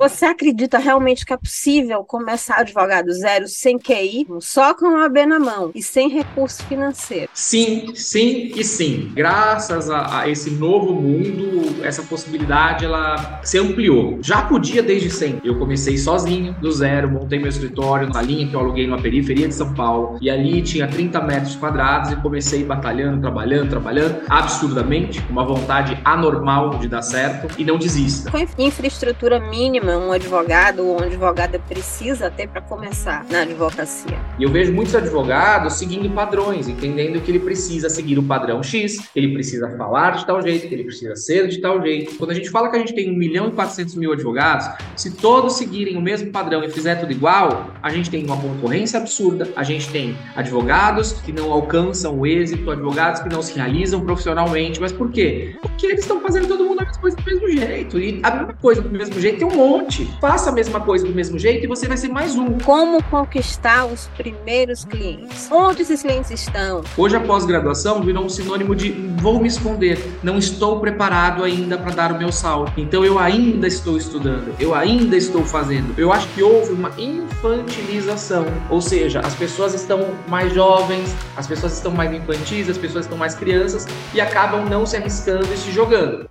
Você acredita realmente que é possível começar advogado zero sem QI, só com a OAB na mão e sem recurso financeiro? Sim, sim e sim. Graças a esse novo mundo, essa possibilidade ela se ampliou. Já podia desde sempre. Eu comecei sozinho, do zero, montei meu escritório na linha que eu aluguei numa periferia de São Paulo. E ali tinha 30 metros quadrados e comecei batalhando, trabalhando, absurdamente, com uma vontade anormal de dar certo e não desista. Qual infraestrutura mínima um advogado ou uma advogada precisa ter para começar na advocacia? E eu vejo muitos advogados seguindo padrões, entendendo que ele precisa seguir o padrão X, que ele precisa falar de tal jeito, que ele precisa ser de tal jeito. Quando a gente fala que a gente tem 1.400.000 advogados, se todos seguirem o mesmo padrão e fizer tudo igual, a gente tem uma concorrência absurda, a gente tem advogados que não alcançam o êxito, advogados que não se realizam profissionalmente. Mas por quê? Porque eles estão fazendo todo mundo a mesma coisa do mesmo jeito. E a mesma coisa do mesmo jeito tem um monte. Faça a mesma coisa do mesmo jeito e você vai ser mais um. Como conquistar os primeiros clientes? Onde esses clientes estão? Hoje a pós-graduação virou um sinônimo de vou me esconder, não estou preparado ainda para dar o meu salto. Então eu ainda estou estudando, eu ainda estou fazendo. Eu acho que houve uma infantilização, ou seja, as pessoas estão mais jovens, as pessoas estão mais infantis, as pessoas estão mais crianças e acabam não se arriscando e se jogando.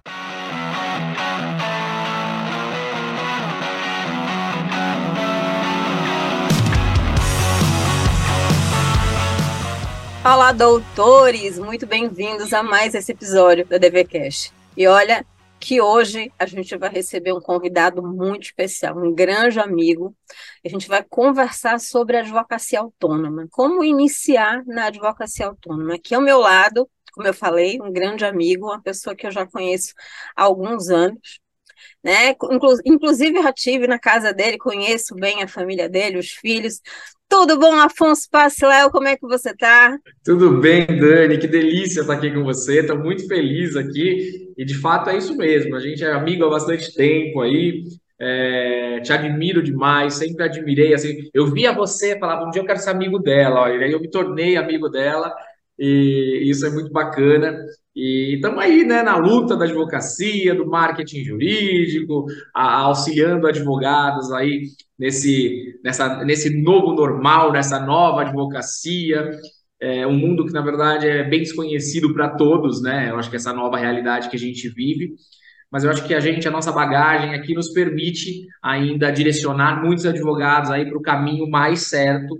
Olá, doutores! Muito bem-vindos a mais esse episódio da DVCast. E olha que hoje a gente vai receber um convidado muito especial, um grande amigo. A gente vai conversar sobre a advocacia autônoma, como iniciar na advocacia autônoma. Aqui ao meu lado, como eu falei, um grande amigo, uma pessoa que eu já conheço há alguns anos, né? Inclusive eu já estive na casa dele, conheço bem a família dele, os filhos. Tudo bom, Afonso Léo? Como é que você tá? Tudo bem, Dani? Que delícia estar aqui com você. Estou muito feliz aqui e de fato é isso mesmo. A gente é amigo há bastante tempo aí. Te admiro demais, sempre admirei. Assim, eu via você, falava um dia eu quero ser amigo dela, ó, e aí eu me tornei amigo dela e isso é muito bacana. E estamos aí, né, na luta da advocacia, do marketing jurídico, auxiliando advogados aí nesse novo normal, nessa nova advocacia. É um mundo que, na verdade, é bem desconhecido para todos, né? Eu acho que essa nova realidade que a gente vive, mas eu acho que a nossa bagagem aqui nos permite ainda direcionar muitos advogados aí para o caminho mais certo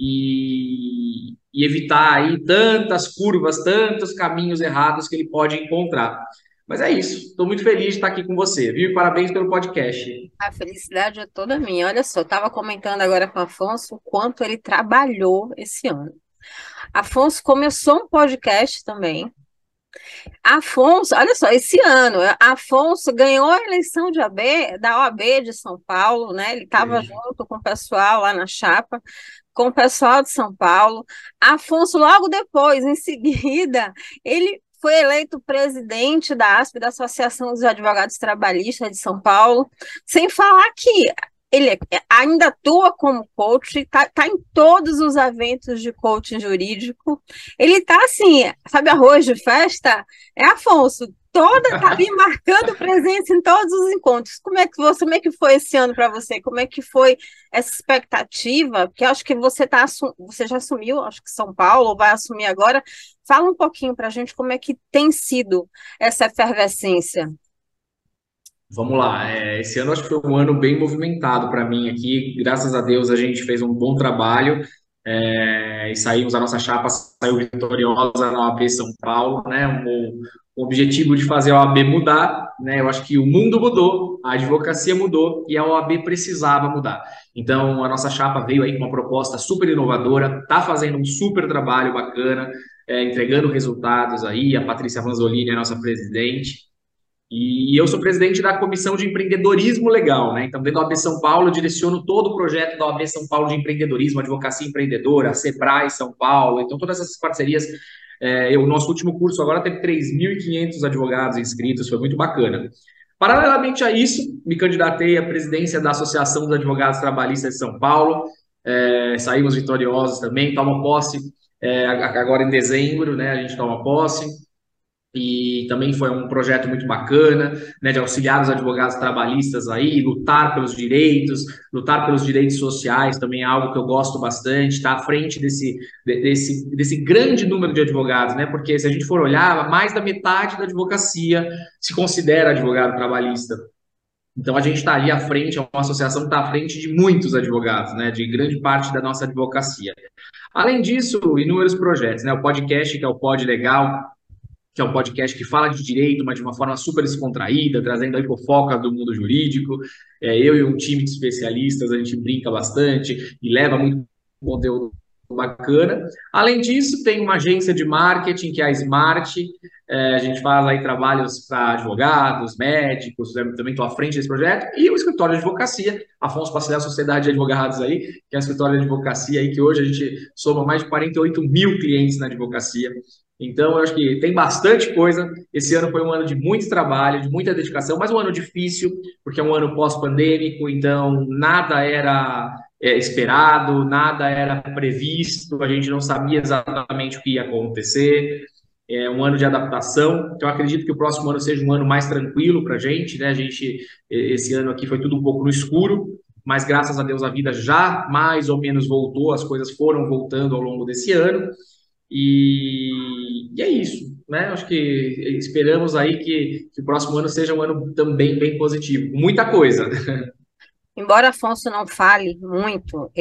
e evitar aí tantas curvas, tantos caminhos errados que ele pode encontrar. Mas é isso, estou muito feliz de estar aqui com você, viu? E parabéns pelo podcast. A felicidade é toda minha. Olha só, estava comentando agora com o Afonso o quanto ele trabalhou esse ano. Afonso começou um podcast também. Afonso, olha só, esse ano, Afonso ganhou a eleição de AB, da OAB de São Paulo, né? Ele estava junto com o pessoal lá na chapa, com o pessoal de São Paulo. Afonso, logo depois, em seguida, ele foi eleito presidente da ASP, da Associação dos Advogados Trabalhistas de São Paulo, sem falar que ele ainda atua como coach, tá em todos os eventos de coaching jurídico. Ele tá assim, sabe, arroz de festa? É Afonso, tá ali marcando presença em todos os encontros. Como é que foi esse ano para você? Como é que foi essa expectativa? Porque eu acho que você já assumiu, acho que São Paulo, ou vai assumir agora. Fala um pouquinho para a gente como é que tem sido essa efervescência. Vamos lá, esse ano acho que foi um ano bem movimentado para mim aqui, graças a Deus a gente fez um bom trabalho e saímos, a nossa chapa saiu vitoriosa na OAB São Paulo, né, o objetivo de fazer a OAB mudar, né, eu acho que o mundo mudou, a advocacia mudou e a OAB precisava mudar. Então a nossa chapa veio aí com uma proposta super inovadora, tá fazendo um super trabalho bacana, entregando resultados aí, a Patrícia Vanzolini é a nossa presidente. E eu sou presidente da Comissão de Empreendedorismo Legal, né? Então, dentro da OAB São Paulo, eu direciono todo o projeto da OAB São Paulo de empreendedorismo, advocacia empreendedora, a Sebrae São Paulo. Então, todas essas parcerias. O nosso último curso agora teve 3.500 advogados inscritos, foi muito bacana. Paralelamente a isso, me candidatei à presidência da Associação dos Advogados Trabalhistas de São Paulo. Saímos vitoriosos também, toma posse agora em dezembro, né? A gente toma posse. e também foi um projeto muito bacana, né, de auxiliar os advogados trabalhistas aí, lutar pelos direitos sociais, também é algo que eu gosto bastante, estar à frente desse grande número de advogados, né, porque se a gente for olhar, mais da metade da advocacia se considera advogado trabalhista. Então a gente está ali à frente, é uma associação que está à frente de muitos advogados, né, de grande parte da nossa advocacia. Além disso, inúmeros projetos, né, o podcast, que é o Pod Legal, que é um podcast que fala de direito, mas de uma forma super descontraída, trazendo aí fofocas do mundo jurídico. Eu e um time de especialistas, a gente brinca bastante e leva muito conteúdo bacana. Além disso, tem uma agência de marketing, que é a Smart. A gente faz aí trabalhos para advogados, médicos, também estou à frente desse projeto. E o escritório de advocacia, Afonso Passeia Sociedade de Advogados aí, que é um escritório de advocacia aí, que hoje a gente soma mais de 48 mil clientes na advocacia. Então, eu acho que tem bastante coisa. Esse ano foi um ano de muito trabalho, de muita dedicação, mas um ano difícil, porque é um ano pós-pandêmico, então nada era esperado, nada era previsto, a gente não sabia exatamente o que ia acontecer. É um ano de adaptação, então eu acredito que o próximo ano seja um ano mais tranquilo para a gente, né? Esse ano aqui foi tudo um pouco no escuro, mas graças a Deus a vida já mais ou menos voltou, as coisas foram voltando ao longo desse ano. E é isso, né? Acho que esperamos aí que o próximo ano seja um ano também bem positivo. Muita coisa. Embora Afonso não fale muito,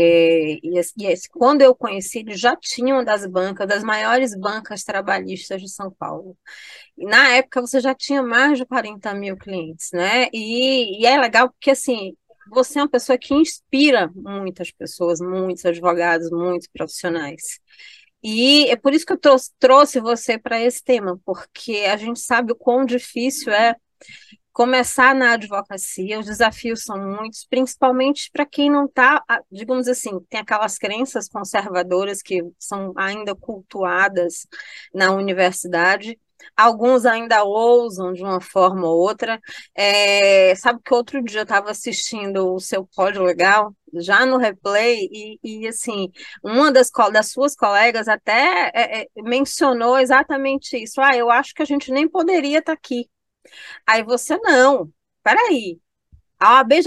quando eu conheci, ele já tinha uma das bancas, das maiores bancas trabalhistas de São Paulo. E na época você já tinha mais de 40 mil clientes, né? E é legal porque, assim, você é uma pessoa que inspira muitas pessoas, muitos advogados, muitos profissionais. E é por isso que eu trouxe você para esse tema, porque a gente sabe o quão difícil é começar na advocacia, os desafios são muitos, principalmente para quem não está, digamos assim, tem aquelas crenças conservadoras que são ainda cultuadas na universidade. Alguns ainda ousam de uma forma ou outra. Sabe que outro dia eu estava assistindo o seu Pódio Legal, já no replay, assim, uma das suas colegas até mencionou exatamente isso. Ah, eu acho que a gente nem poderia estar aqui. Aí você, não, peraí. A OAB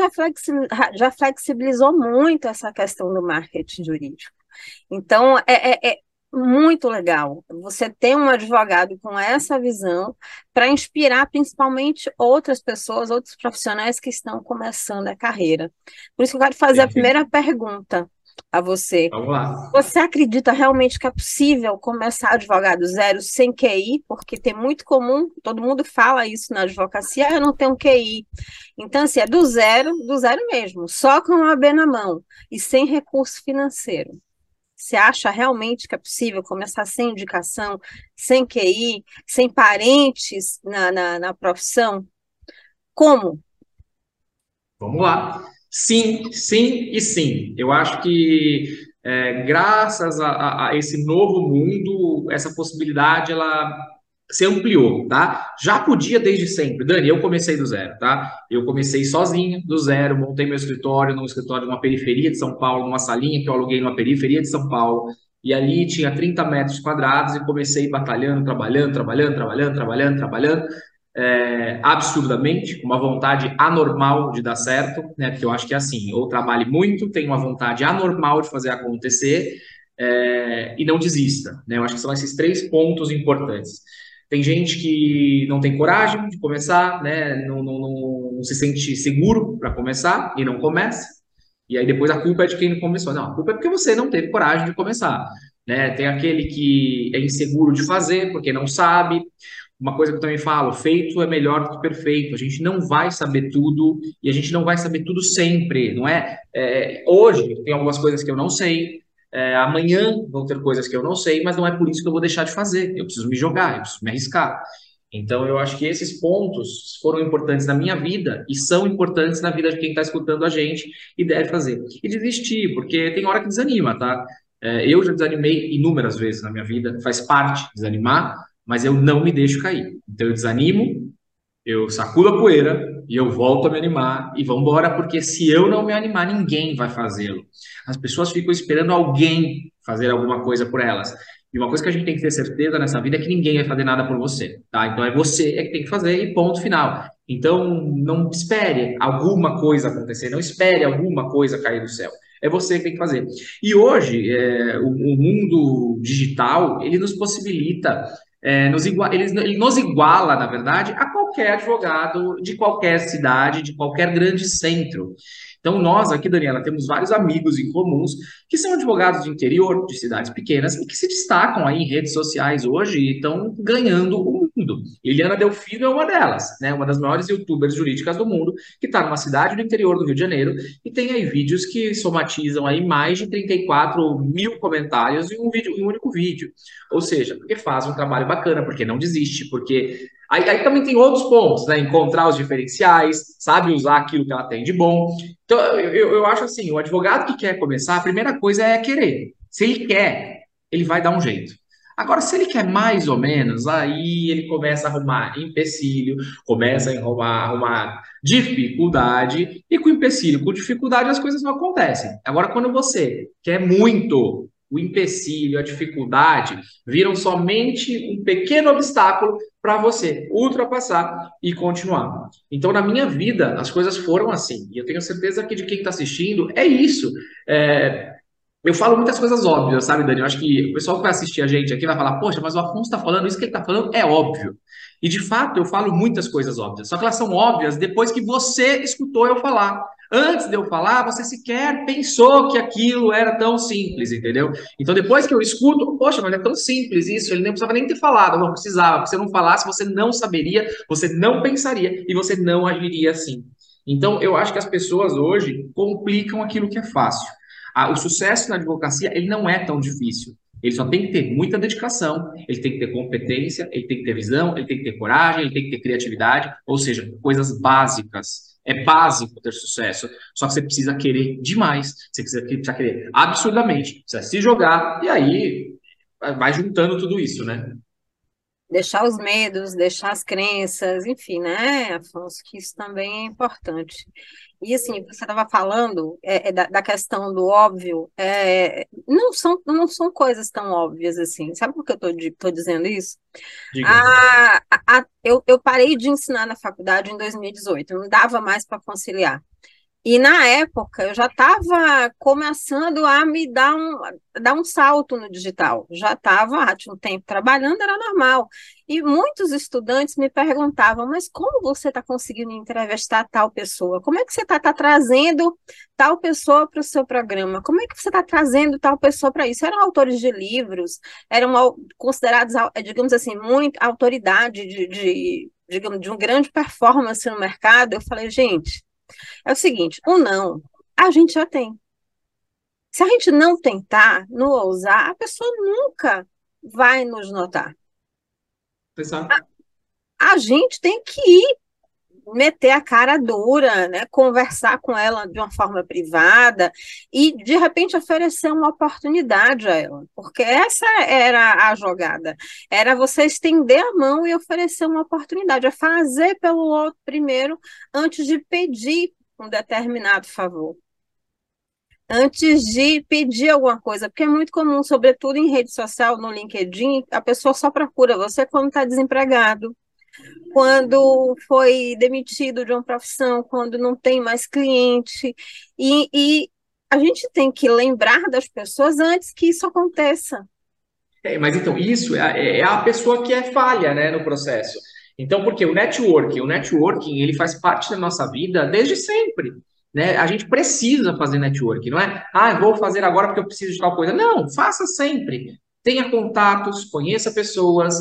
já flexibilizou muito essa questão do marketing jurídico. Então, é muito legal você ter um advogado com essa visão para inspirar principalmente outras pessoas, outros profissionais que estão começando a carreira. Por isso que eu quero fazer a Perfeito. primeira pergunta a você. Vamos lá. Você acredita realmente que é possível começar advogado zero sem QI? Porque tem muito comum, todo mundo fala isso na advocacia, eu não tenho QI. Então, assim, é do zero mesmo, só com a OAB na mão e sem recurso financeiro. Você acha realmente que é possível começar sem indicação, sem QI, sem parentes na profissão? Como? Vamos lá. Sim, sim e sim. Eu acho que graças a esse novo mundo, essa possibilidade ela se ampliou, tá? Já podia desde sempre. Dani, eu comecei do zero, tá? Eu comecei sozinho, do zero, montei meu escritório num escritório numa periferia de São Paulo, numa salinha que eu aluguei numa periferia de São Paulo. E ali tinha 30 metros quadrados e comecei batalhando, trabalhando absurdamente, com uma vontade anormal de dar certo, né? Porque eu acho que é assim, ou trabalhe muito, tem uma vontade anormal de fazer acontecer, e não desista, né? Eu acho que são esses três pontos importantes. Tem gente que não tem coragem de começar, né? Não se sente seguro para começar e não começa. E aí depois a culpa é de quem não começou. Não, a culpa é porque você não teve coragem de começar, né? Tem aquele que é inseguro de fazer porque não sabe. Uma coisa que eu também falo, feito é melhor do que perfeito. A gente não vai saber tudo e a gente não vai saber tudo sempre, não é? Hoje tem algumas coisas que eu não sei, amanhã vão ter coisas que eu não sei, mas não é por isso que eu vou deixar de fazer. Eu preciso me jogar, eu preciso me arriscar. Então, eu acho que esses pontos foram importantes na minha vida e são importantes na vida de quem está escutando a gente e deve fazer. E desistir, porque tem hora que desanima, tá? Eu já desanimei inúmeras vezes na minha vida, faz parte desanimar, mas eu não me deixo cair. Então, eu desanimo, eu sacudo a poeira e eu volto a me animar e vamos embora, porque se eu não me animar, ninguém vai fazê-lo. As pessoas ficam esperando alguém fazer alguma coisa por elas. E uma coisa que a gente tem que ter certeza nessa vida é que ninguém vai fazer nada por você, tá? Então é você que tem que fazer e ponto final. Então não espere alguma coisa acontecer, não espere alguma coisa cair do céu. É você que tem que fazer. E hoje, o mundo digital, ele nos possibilita, ele nos iguala, na verdade, a qualquer advogado de qualquer cidade, de qualquer grande centro. Então, nós aqui, Daniela, temos vários amigos em comuns que são advogados de interior, de cidades pequenas, e que se destacam aí em redes sociais hoje e estão ganhando o mundo. Eliana Delfino é uma delas, né? Uma das maiores youtubers jurídicas do mundo, que está numa cidade do interior do Rio de Janeiro e tem aí vídeos que somatizam aí mais de 34 mil comentários em um único vídeo. Ou seja, porque faz um trabalho bacana, porque não desiste, porque aí também tem outros pontos, né? Encontrar os diferenciais, sabe usar aquilo que ela tem de bom. Então, eu acho assim, o advogado que quer começar, a primeira coisa é querer. Se ele quer, ele vai dar um jeito. Agora, se ele quer mais ou menos, aí ele começa a arrumar empecilho, começa a arrumar dificuldade, e com empecilho, com dificuldade, as coisas não acontecem. Agora, quando você quer muito, o empecilho, a dificuldade, viram somente um pequeno obstáculo para você ultrapassar e continuar. Então, na minha vida, as coisas foram assim. E eu tenho certeza que de quem está assistindo é isso. Eu falo muitas coisas óbvias, sabe, Dani? Eu acho que o pessoal que vai assistir a gente aqui vai falar, poxa, mas o Afonso está falando, isso que ele está falando é óbvio. E de fato, eu falo muitas coisas óbvias, só que elas são óbvias depois que você escutou eu falar. Antes de eu falar, você sequer pensou que aquilo era tão simples, entendeu? Então, depois que eu escuto, poxa, mas é tão simples isso, ele nem precisava nem ter falado, não precisava, porque se eu não falasse, você não saberia, você não pensaria e você não agiria assim. Então, eu acho que as pessoas hoje complicam aquilo que é fácil. O sucesso na advocacia, ele não é tão difícil. Ele só tem que ter muita dedicação, ele tem que ter competência, ele tem que ter visão, ele tem que ter coragem, ele tem que ter criatividade, ou seja, coisas básicas. É básico ter sucesso, só que você precisa querer demais, você precisa querer absurdamente, precisa se jogar, e aí vai juntando tudo isso, né? Deixar os medos, deixar as crenças, enfim, né, Afonso, que isso também é importante. E assim, você estava falando da questão do óbvio, não são coisas tão óbvias assim. Sabe por que eu estou dizendo isso? Diga. Eu parei de ensinar na faculdade em 2018, não dava mais para conciliar. E na época eu já estava começando a me dar um salto no digital. Já estava, tinha um tempo trabalhando, era normal. E muitos estudantes me perguntavam, mas como você está conseguindo entrevistar tal pessoa? Como é que você está trazendo tal pessoa para o seu programa? Como é que você está trazendo tal pessoa para isso? Eram autores de livros, eram considerados, digamos assim, muito autoridade digamos, de uma grande performance no mercado. Eu falei, gente. É o seguinte, o não, a gente já tem. Se a gente não tentar, não ousar, a pessoa nunca vai nos notar. Exato. A gente tem que ir meter a cara dura, né? Conversar com ela de uma forma privada e, de repente, oferecer uma oportunidade a ela. Porque essa era a jogada. Era você estender a mão e oferecer uma oportunidade. É fazer pelo outro primeiro antes de pedir um determinado favor. Antes de pedir alguma coisa, porque é muito comum, sobretudo em rede social, no LinkedIn, a pessoa só procura você quando está desempregado, quando foi demitido de uma profissão, quando não tem mais cliente. E a gente tem que lembrar das pessoas antes que isso aconteça. Mas então, isso é a pessoa que é falha, né, no processo. Então, porque o networking, ele faz parte da nossa vida desde sempre, né? A gente precisa fazer networking, não é? Ah, eu vou fazer agora porque eu preciso de tal coisa. Não, faça sempre. Tenha contatos, conheça pessoas,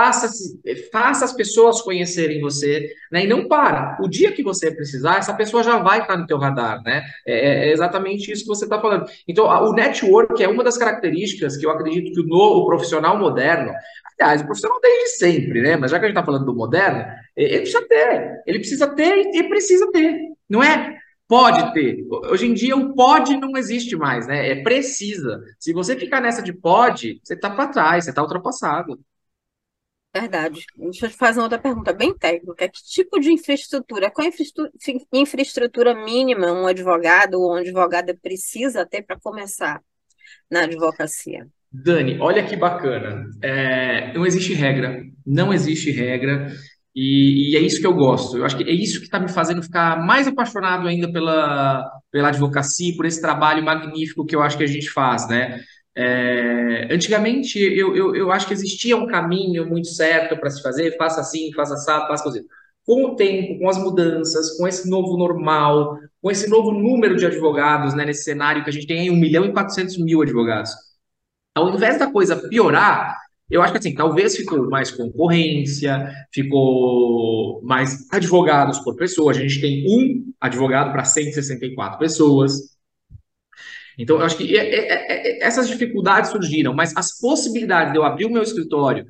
faça as pessoas conhecerem você, né? E não para. O dia que você precisar, essa pessoa já vai estar no teu radar, né? É exatamente isso que você está falando. Então, o network é uma das características que eu acredito que o profissional moderno, aliás, o profissional desde sempre, né? Mas já que a gente está falando do moderno, ele precisa ter e precisa ter, não é? Pode ter. Hoje em dia o pode não existe mais, né? É precisa. Se você ficar nessa de pode, você tá para trás, você tá ultrapassado. Verdade. Deixa eu te fazer uma outra pergunta bem técnica. Que tipo de infraestrutura, qual infraestrutura mínima um advogado ou uma advogada precisa ter para começar na advocacia? Dani, olha que bacana. Não existe regra, não existe regra, e é isso que eu gosto. Eu acho que é isso que está me fazendo ficar mais apaixonado ainda pela advocacia, por esse trabalho magnífico que eu acho que a gente faz, né? Antigamente eu acho que existia um caminho muito certo para se fazer, faça assim, faça assado, faça coisa. Com o tempo, com as mudanças, com esse novo normal, com esse novo número de advogados, né, nesse cenário que a gente tem aí 1.400.000 advogados. Ao invés da coisa piorar, eu acho que assim, talvez ficou mais concorrência, ficou mais advogados por pessoa. A gente tem um advogado para 164 pessoas. Então, eu acho que essas dificuldades surgiram, mas as possibilidades de eu abrir o meu escritório,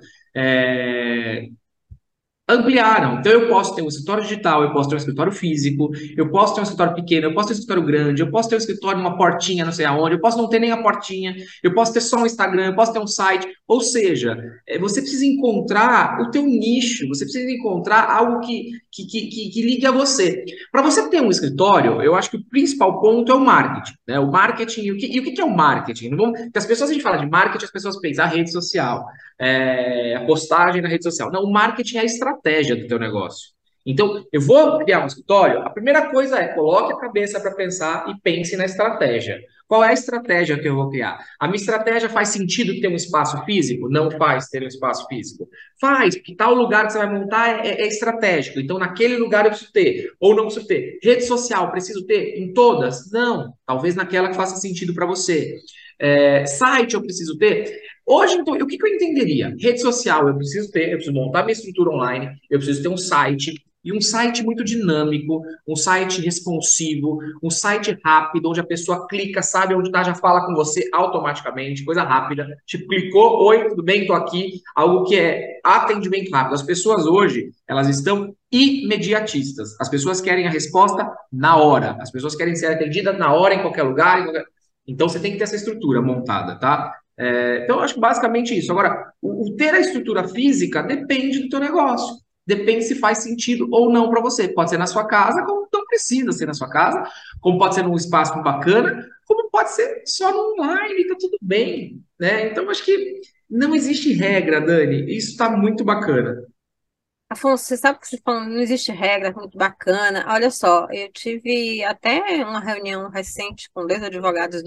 é, ampliaram. Então, eu posso ter um escritório digital, eu posso ter um escritório físico, eu posso ter um escritório pequeno, eu posso ter um escritório grande, eu posso ter um escritório numa portinha, não sei aonde, eu posso não ter nem a portinha, eu posso ter só um Instagram, eu posso ter um site. Ou seja, você precisa encontrar o teu nicho, você precisa encontrar algo que ligue a você. Para você ter um escritório, eu acho que o principal ponto é o marketing, né? O marketing, e o que é o marketing? Não vamos, porque as pessoas, a gente fala de marketing, as pessoas pensam a rede social, a postagem na rede social. Não, o marketing é a estratégia do teu negócio. Então, eu vou criar um escritório, a primeira coisa é coloque a cabeça para pensar e pense na estratégia. Qual é a estratégia que eu vou criar? A minha estratégia faz sentido ter um espaço físico? Não faz ter um espaço físico. Faz, porque tal lugar que você vai montar é estratégico. Então, naquele lugar eu preciso ter, ou não preciso ter. Rede social, preciso ter em todas? Não. Talvez naquela que faça sentido para você. Site eu preciso ter? Hoje, então, o que eu entenderia? Rede social eu preciso ter, eu preciso montar minha estrutura online, eu preciso ter um site, e um site muito dinâmico, um site responsivo, um site rápido, onde a pessoa clica, sabe onde está, já fala com você automaticamente, coisa rápida. Tipo, clicou, oi, tudo bem, estou aqui. Algo que é atendimento rápido. As pessoas hoje, elas estão imediatistas. As pessoas querem a resposta na hora. As pessoas querem ser atendidas na hora, em qualquer lugar. Então, você tem que ter essa estrutura montada, tá? Então, eu acho que basicamente isso. Agora, o ter a estrutura física depende do teu negócio. Depende se faz sentido ou não para você. Pode ser na sua casa, como não precisa ser na sua casa, como pode ser num espaço bacana, como pode ser só no online, tá tudo bem, né? Então, acho que não existe regra, Dani. Isso está muito bacana. Afonso, você sabe que você tá falando, não existe regra, muito bacana. Olha só, eu tive até uma reunião recente com dois advogados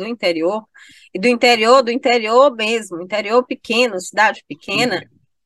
do interior mesmo, interior pequeno, cidade pequena,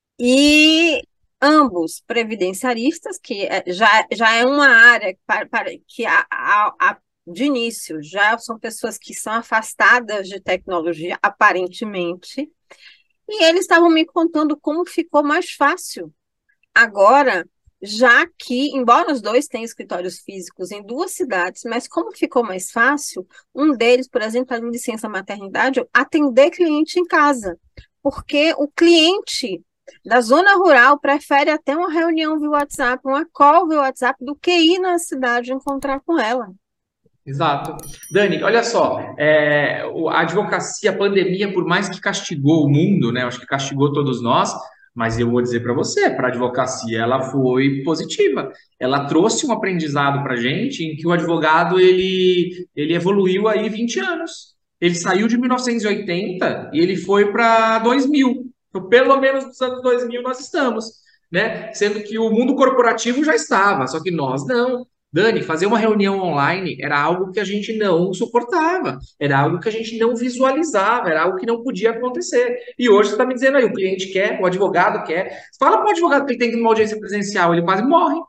e ambos previdenciaristas, que já é uma área que de início já são pessoas que são afastadas de tecnologia, aparentemente, e eles estavam me contando como ficou mais fácil agora, já que, embora os dois tenham escritórios físicos em duas cidades, mas como ficou mais fácil, um deles, por exemplo, está em licença maternidade, atender cliente em casa, porque o cliente da zona rural prefere até uma reunião via WhatsApp, uma call via WhatsApp, do que ir na cidade encontrar com ela. Exato. Dani, olha só, a advocacia, a pandemia, por mais que castigou o mundo, né? Acho que castigou todos nós, mas eu vou dizer para você, para a advocacia, ela foi positiva. Ela trouxe um aprendizado para a gente em que o advogado ele evoluiu aí 20 anos. Ele saiu de 1980 e ele foi para 2000. Então, pelo menos nos anos 2000 nós estamos, né? Sendo que o mundo corporativo já estava, só que nós não. Dani, fazer uma reunião online era algo que a gente não suportava, era algo que a gente não visualizava, era algo que não podia acontecer. E hoje você está me dizendo aí, o cliente quer, o advogado quer. Fala para o advogado que ele tem que ir numa audiência presencial, ele quase morre.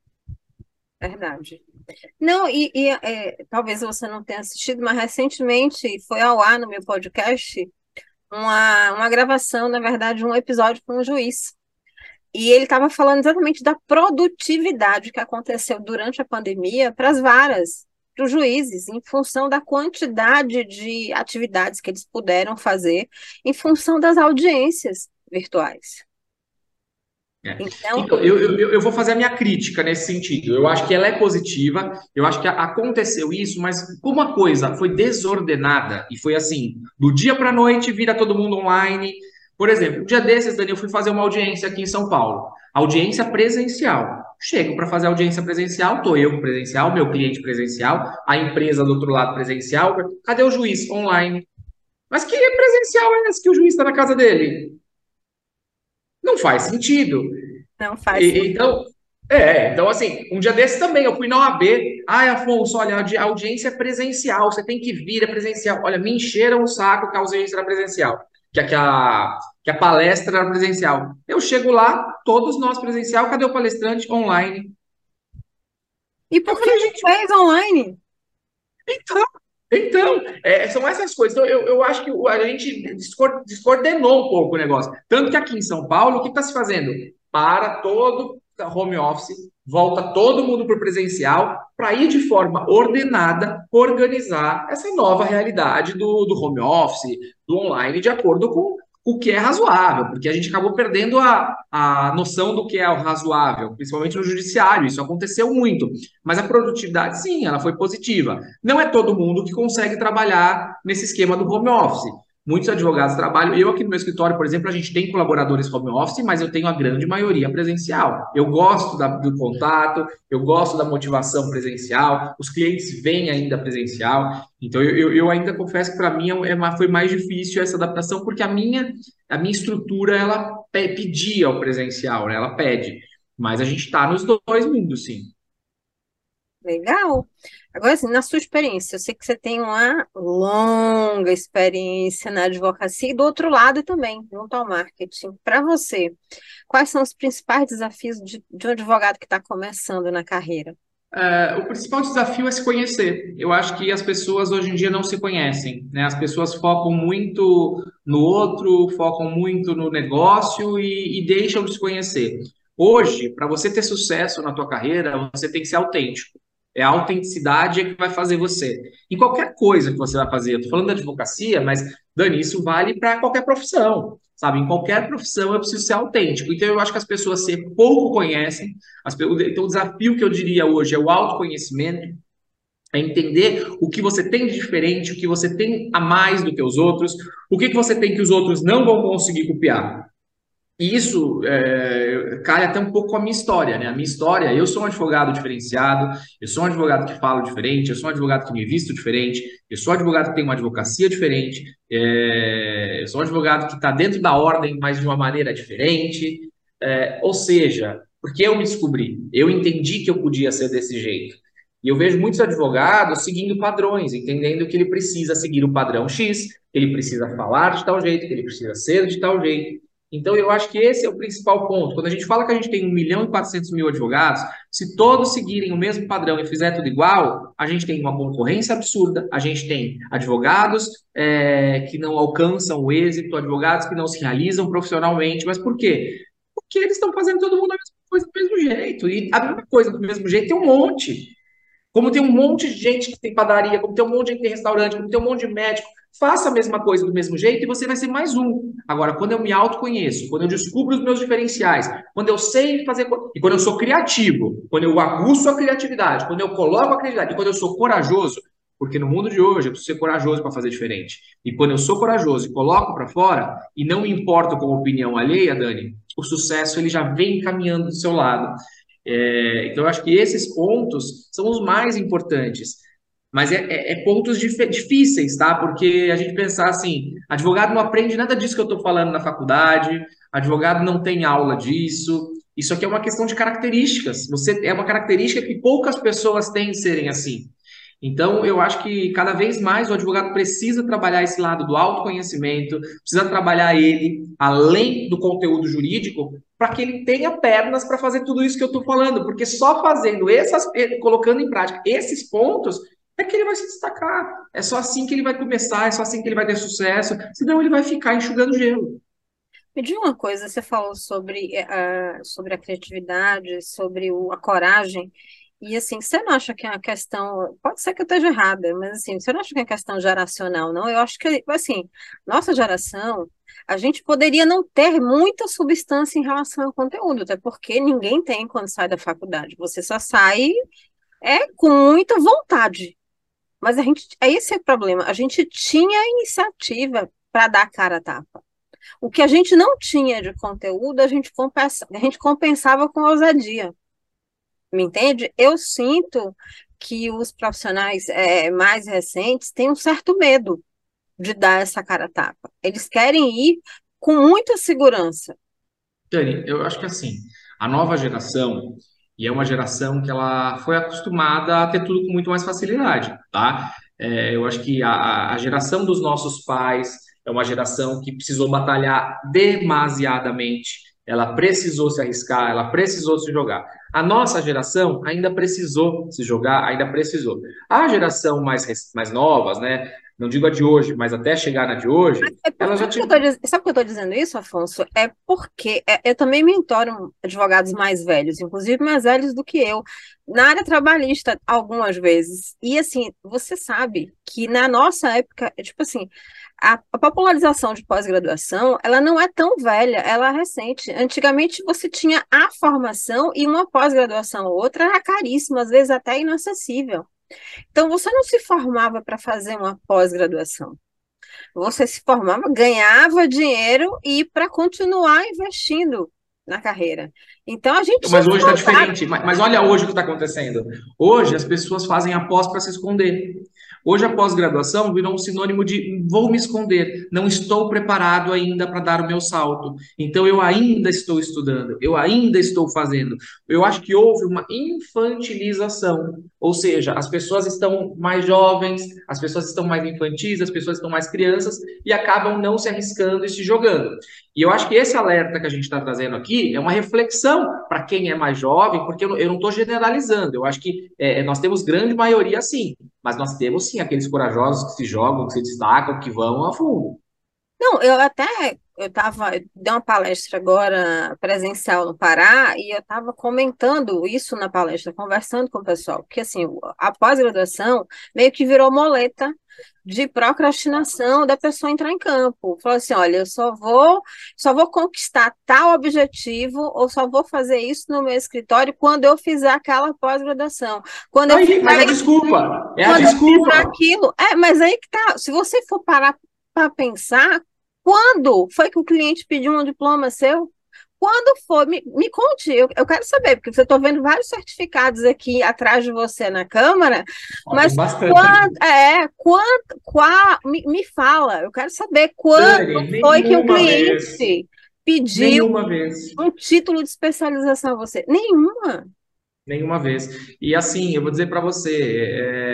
Verdade. Não, talvez você não tenha assistido, mas recentemente foi ao ar no meu podcast uma gravação, na verdade, um episódio com um juiz. E ele estava falando exatamente da produtividade que aconteceu durante a pandemia para as varas, para os juízes, em função da quantidade de atividades que eles puderam fazer, em função das audiências virtuais. Então, Então, eu vou fazer a minha crítica nesse sentido. Eu acho que ela é positiva, eu acho que aconteceu isso, mas como a coisa foi desordenada e foi assim, do dia para a noite vira todo mundo online. Por exemplo, um dia desses, Dani, eu fui fazer uma audiência aqui em São Paulo, audiência presencial. Chego para fazer audiência presencial, estou eu presencial, meu cliente presencial, a empresa do outro lado presencial. Cadê o juiz? Online. Mas que presencial é esse que o juiz está na casa dele? Não faz sentido. Não faz sentido. Então, então assim, um dia desses também, eu fui na OAB, ai, Afonso, olha, a audiência é presencial, você tem que vir, é presencial. Olha, me encheram o saco que a audiência era presencial, que a palestra era presencial. Eu chego lá, todos nós presencial, cadê o palestrante online? E Eu por que falei, não gente, fez online? então, são essas coisas. Então, eu acho que a gente descoordenou um pouco o negócio. Tanto que aqui em São Paulo, o que está se fazendo? Para todo home office, volta todo mundo para o presencial, para ir de forma ordenada, organizar essa nova realidade do home office, do online, de acordo com o que é razoável, porque a gente acabou perdendo a noção do que é o razoável, principalmente no judiciário, isso aconteceu muito. Mas a produtividade, sim, ela foi positiva. Não é todo mundo que consegue trabalhar nesse esquema do home office. Muitos advogados trabalham. Eu aqui no meu escritório, por exemplo, a gente tem colaboradores home office, mas eu tenho a grande maioria presencial. Eu gosto do contato, eu gosto da motivação presencial, os clientes vêm ainda presencial. Então, eu ainda confesso que para mim foi mais difícil essa adaptação, porque a minha estrutura ela pedia o presencial, né? Ela pede. Mas a gente está nos dois mundos, sim. Legal. Agora, assim, na sua experiência, eu sei que você tem uma longa experiência na advocacia e do outro lado também, junto ao marketing. Para você, quais são os principais desafios de um advogado que está começando na carreira? O principal desafio é se conhecer. Eu acho que as pessoas hoje em dia não se conhecem, né? As pessoas focam muito no outro, focam muito no negócio e deixam de se conhecer. Hoje, para você ter sucesso na tua carreira, você tem que ser autêntico. É a autenticidade que vai fazer você. Em qualquer coisa que você vai fazer, eu estou falando da advocacia, mas, Dani, isso vale para qualquer profissão, sabe? Em qualquer profissão eu preciso ser autêntico. Então, eu acho que as pessoas se pouco conhecem, então, o desafio que eu diria hoje é o autoconhecimento, é entender o que você tem de diferente, o que você tem a mais do que os outros, o que você tem que os outros não vão conseguir copiar. E isso cai até um pouco com a minha história, né? A minha história, eu sou um advogado diferenciado, eu sou um advogado que falo diferente, eu sou um advogado que me visto diferente, eu sou um advogado que tem uma advocacia diferente, eu sou um advogado que está dentro da ordem, mas de uma maneira diferente. Ou seja, porque eu me descobri, eu entendi que eu podia ser desse jeito. E eu vejo muitos advogados seguindo padrões, entendendo que ele precisa seguir o padrão X, que ele precisa falar de tal jeito, que ele precisa ser de tal jeito. Então, eu acho que esse é o principal ponto. Quando a gente fala que a gente tem 1.400.000 advogados, se todos seguirem o mesmo padrão e fizer tudo igual, a gente tem uma concorrência absurda, a gente tem advogados que não alcançam o êxito, advogados que não se realizam profissionalmente. Mas por quê? Porque eles estão fazendo todo mundo a mesma coisa do mesmo jeito. E a mesma coisa do mesmo jeito tem um monte. Como tem um monte de gente que tem padaria, como tem um monte de gente que tem restaurante, como tem um monte de médico, faça a mesma coisa do mesmo jeito e você vai ser mais um. Agora, quando eu me autoconheço, quando eu descubro os meus diferenciais, quando eu sei fazer. E quando eu sou criativo, quando eu aguço a criatividade, quando eu coloco a criatividade, e quando eu sou corajoso, porque no mundo de hoje eu preciso ser corajoso para fazer diferente. E quando eu sou corajoso e coloco para fora, e não me importo com a opinião alheia, Dani, o sucesso ele já vem caminhando do seu lado. Então, eu acho que esses pontos são os mais importantes. Mas pontos difíceis, tá? Porque a gente pensar assim, advogado não aprende nada disso que eu estou falando na faculdade, advogado não tem aula disso. Isso aqui é uma questão de características. É uma característica que poucas pessoas têm de serem assim. Então, eu acho que cada vez mais o advogado precisa trabalhar esse lado do autoconhecimento, precisa trabalhar ele além do conteúdo jurídico, para que ele tenha pernas para fazer tudo isso que eu estou falando, porque só fazendo colocando em prática esses pontos, é que ele vai se destacar. É só assim que ele vai começar, é só assim que ele vai ter sucesso, senão ele vai ficar enxugando gelo. Me diga uma coisa, você falou sobre a criatividade, sobre a coragem, e assim, você não acha que é uma questão, pode ser que eu esteja errada, mas assim, você não acha que é uma questão geracional, não? Eu acho que, assim, nossa geração, a gente poderia não ter muita substância em relação ao conteúdo, até porque ninguém tem quando sai da faculdade, você só sai com muita vontade, mas esse é o problema, a gente tinha iniciativa para dar a cara a tapa. O que a gente não tinha de conteúdo, a gente compensava com ousadia. Me entende? Eu sinto que os profissionais mais recentes têm um certo medo de dar essa cara a tapa. Eles querem ir com muita segurança. Dani, eu acho que assim, a nova geração, e é uma geração que ela foi acostumada a ter tudo com muito mais facilidade, tá? Eu acho que a geração dos nossos pais é uma geração que precisou batalhar demasiadamente, ela precisou se arriscar, ela precisou se jogar. A nossa geração ainda precisou se jogar, ainda precisou. A geração mais novas, né? Não digo a de hoje, mas até chegar na de hoje, ela já tinha. Sabe por que eu estou dizendo isso, Afonso? É porque eu também mentoro advogados mais velhos, inclusive mais velhos do que eu, na área trabalhista, algumas vezes. E assim, você sabe que na nossa época, tipo assim, a popularização de pós-graduação, ela não é tão velha, ela é recente. Antigamente você tinha a formação e uma pós-graduação ou outra era caríssima, às vezes até inacessível. Então você não se formava para fazer uma pós-graduação. Você se formava, ganhava dinheiro e para continuar investindo na carreira. Então a gente tinha Mas que hoje está voltar. diferente. Mas olha hoje o que está acontecendo. Hoje as pessoas fazem a pós para se esconder. Hoje a pós-graduação virou um sinônimo de vou me esconder, não estou preparado ainda para dar o meu salto. Então eu ainda estou estudando, eu ainda estou fazendo. Eu acho que houve uma infantilização, ou seja, as pessoas estão mais jovens, as pessoas estão mais infantis, as pessoas estão mais crianças e acabam não se arriscando e se jogando. E eu acho que esse alerta que a gente está trazendo aqui é uma reflexão para quem é mais jovem, porque eu não estou generalizando. Eu acho que nós temos grande maioria sim, mas nós temos sim aqueles corajosos que se jogam, que se destacam, que vão a fundo. Não, eu dei uma palestra agora presencial no Pará e eu estava comentando isso na palestra, conversando com o pessoal, porque assim, a pós-graduação meio que virou moleta de procrastinação da pessoa entrar em campo. Falou assim, olha, só vou conquistar tal objetivo ou só vou fazer isso no meu escritório quando eu fizer aquela pós-graduação. Quando eu Aí, mas fizer a desculpa, é a quando eu fizer desculpa. aquilo, mas aí que tá. Se você for parar para pensar, quando foi que o cliente pediu um diploma seu? Quando foi? Me conte, eu quero saber, porque eu estou vendo vários certificados aqui atrás de você na Câmara, Ó, tem mas bastante. me fala, eu quero saber quando Dani, foi que o nenhuma vez, cliente pediu nenhuma vez. um título de especialização a você? Nenhuma. Nenhuma vez. E assim, eu vou dizer para você,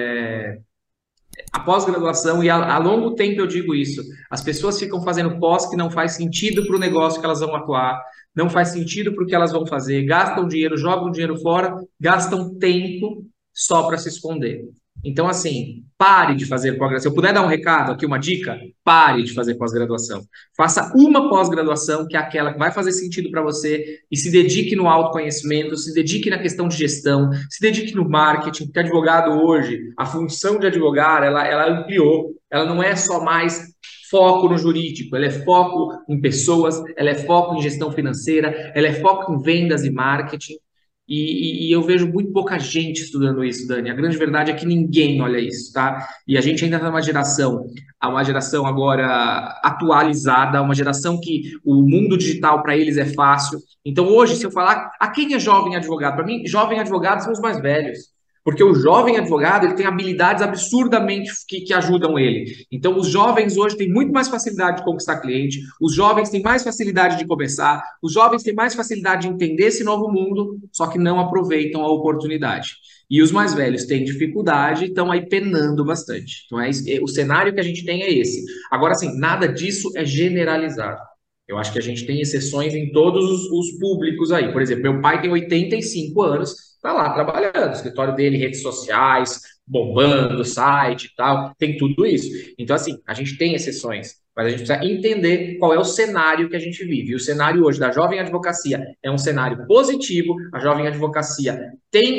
a pós-graduação, e a longo tempo eu digo isso, as pessoas ficam fazendo pós que não faz sentido para o negócio que elas vão atuar, não faz sentido para o que elas vão fazer, gastam dinheiro, jogam dinheiro fora, gastam tempo só para se esconder. Então, assim, pare de fazer pós-graduação. Se eu puder dar um recado aqui, uma dica, pare de fazer pós-graduação. Faça uma pós-graduação, que é aquela que vai fazer sentido para você, e se dedique no autoconhecimento, se dedique na questão de gestão, se dedique no marketing, porque advogado hoje, a função de advogar, ela ampliou. Ela não é só mais foco no jurídico, ela é foco em pessoas, ela é foco em gestão financeira, ela é foco em vendas e marketing. E eu vejo muito pouca gente estudando isso, Dani. A grande verdade é que ninguém olha isso, tá? E a gente ainda está numa geração, uma geração agora atualizada, uma geração que o mundo digital para eles é fácil. Então, hoje, se eu falar, a quem é jovem advogado? Para mim, jovem advogado são os mais velhos. Porque o jovem advogado ele tem habilidades absurdamente que ajudam ele. Então, os jovens hoje têm muito mais facilidade de conquistar cliente, os jovens têm mais facilidade de começar, os jovens têm mais facilidade de entender esse novo mundo, só que não aproveitam a oportunidade. E os mais velhos têm dificuldade e estão aí penando bastante. Então, o cenário que a gente tem é esse. Agora, assim, nada disso é generalizado. Eu acho que a gente tem exceções em todos os públicos aí. Por exemplo, meu pai tem 85 anos, está lá trabalhando, o escritório dele, redes sociais, bombando, site e tal, tem tudo isso. Então, assim, a gente tem exceções, mas a gente precisa entender qual é o cenário que a gente vive. E o cenário hoje da jovem advocacia é um cenário positivo, a jovem advocacia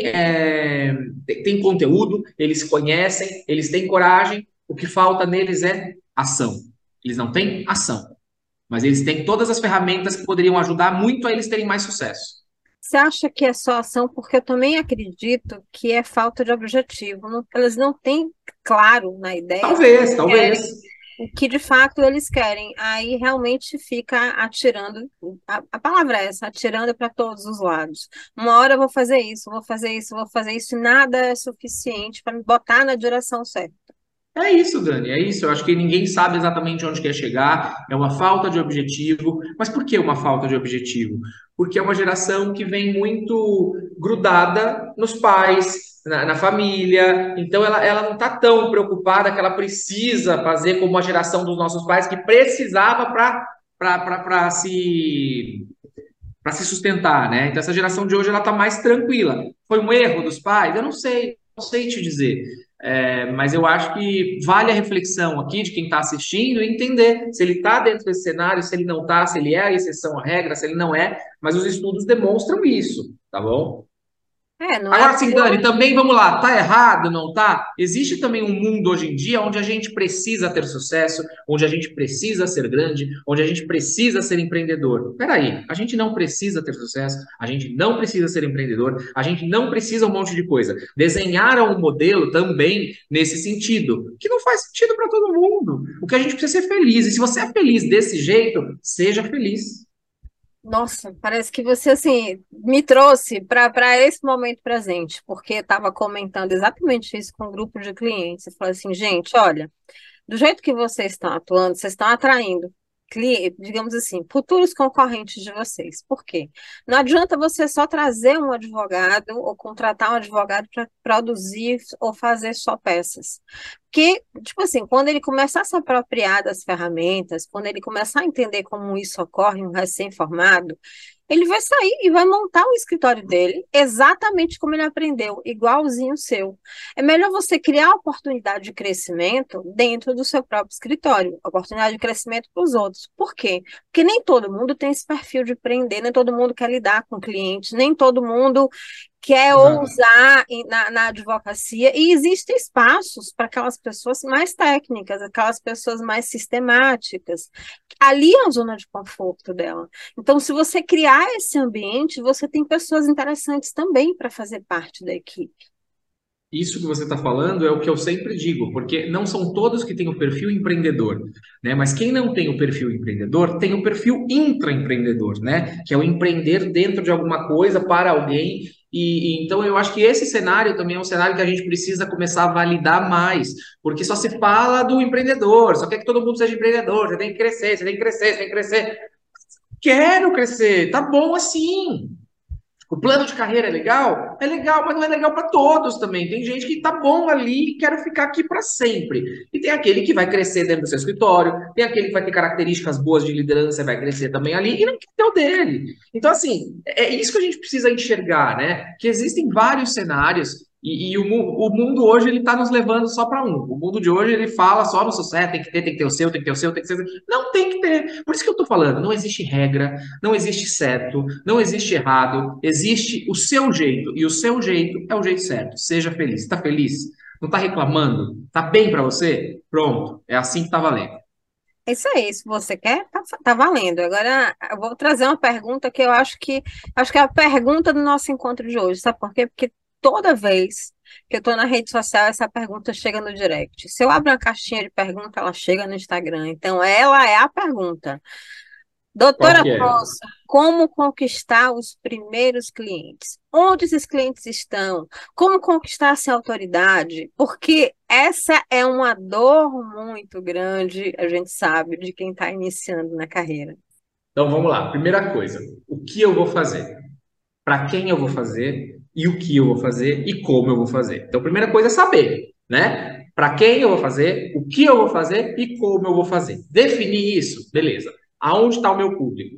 tem conteúdo, eles conhecem, eles têm coragem, o que falta neles é ação. Eles não têm ação, mas eles têm todas as ferramentas que poderiam ajudar muito a eles terem mais sucesso. Você acha que é só ação? Porque eu também acredito que é falta de objetivo. Elas não têm claro na ideia Talvez, querem, talvez. o que de fato eles querem. Aí realmente fica atirando, a palavra é essa, atirando para todos os lados. Uma hora eu vou fazer isso, vou fazer isso, vou fazer isso, e nada é suficiente para me botar na direção certa. É isso, Dani, é isso. Eu acho que ninguém sabe exatamente onde quer chegar, é uma falta de objetivo. Mas por que uma falta de objetivo? Porque é uma geração que vem muito grudada nos pais, na família, então ela não está tão preocupada que ela precisa fazer como a geração dos nossos pais, que precisava para se sustentar, né? Então essa geração de hoje ela está mais tranquila. Foi um erro dos pais? Eu não sei, não sei te dizer. Mas eu acho que vale a reflexão aqui de quem está assistindo e entender se ele está dentro desse cenário, se ele não está, se ele é a exceção à regra, se ele não é, mas os estudos demonstram isso, tá bom? Não é à Agora sim, Dani, toa. também vamos lá, tá errado, não tá? Existe também um mundo hoje em dia onde a gente precisa ter sucesso, onde a gente precisa ser grande, onde a gente precisa ser empreendedor. Peraí, a gente não precisa ter sucesso, a gente não precisa ser empreendedor, a gente não precisa um monte de coisa. Desenharam um modelo também nesse sentido, que não faz sentido para todo mundo. O que a gente precisa é ser feliz, e se você é feliz desse jeito, seja feliz. Nossa, parece que você assim me trouxe para esse momento presente, porque estava comentando exatamente isso com um grupo de clientes. Eu falei assim, gente, olha, do jeito que vocês estão atuando, vocês estão atraindo, digamos assim, futuros concorrentes de vocês. Por quê? Não adianta você só trazer um advogado ou contratar um advogado para produzir ou fazer só peças. Que, tipo assim, quando ele começar a se apropriar das ferramentas, quando ele começar a entender como isso ocorre, um recém-formado, ele vai sair e vai montar o escritório dele exatamente como ele aprendeu, igualzinho o seu. É melhor você criar oportunidade de crescimento dentro do seu próprio escritório, oportunidade de crescimento para os outros. Por quê? Porque nem todo mundo tem esse perfil de empreender, nem todo mundo quer lidar com clientes, nem todo mundo quer Exato. ousar na advocacia, e existem espaços para aquelas pessoas mais técnicas, aquelas pessoas mais sistemáticas. Ali é a zona de conforto dela. Então, se você criar esse ambiente, você tem pessoas interessantes também para fazer parte da equipe. Isso que você está falando é o que eu sempre digo, porque não são todos que têm o perfil empreendedor, né? Mas quem não tem o perfil empreendedor tem o perfil intraempreendedor, né? Que é o empreender dentro de alguma coisa para alguém. Então eu acho que esse cenário também é um cenário que a gente precisa começar a validar mais, porque só se fala do empreendedor, só quer que todo mundo seja empreendedor, você tem que crescer, você tem que crescer, você tem que crescer. Quero crescer, tá bom assim. O plano de carreira é legal, mas não é legal para todos também. Tem gente que tá bom ali e quero ficar aqui para sempre. E tem aquele que vai crescer dentro do seu escritório, tem aquele que vai ter características boas de liderança e vai crescer também ali e não quer ter o dele. Então, assim, é isso que a gente precisa enxergar, né? Que existem vários cenários o mundo hoje ele está nos levando só para um. O mundo de hoje ele fala só no sucesso, tem que ter o seu, tem que ter o seu, tem que ter o seu. Não tem que ter. Por isso que eu estou falando, não existe regra, não existe certo, não existe errado, existe o seu jeito. E o seu jeito é o jeito certo. Seja feliz. Está feliz? Não está reclamando? Está bem para você? Pronto. É assim que está valendo. É isso aí, se você quer, tá valendo. Agora, eu vou trazer uma pergunta que eu acho que é a pergunta do nosso encontro de hoje, sabe por quê? Porque toda vez que eu estou na rede social, essa pergunta chega no direct. Se eu abro uma caixinha de pergunta, ela chega no Instagram. Então, ela é a pergunta. Qual Doutora que é? Afonso, como conquistar os primeiros clientes? Onde esses clientes estão? Como conquistar essa autoridade? Porque essa é uma dor muito grande, a gente sabe, de quem está iniciando na carreira. Então vamos lá. Primeira coisa, o que eu vou fazer? Para quem eu vou fazer e o que eu vou fazer e como eu vou fazer. Então, a primeira coisa é saber, né? Para quem eu vou fazer, o que eu vou fazer e como eu vou fazer. Definir isso, beleza. Aonde está o meu público?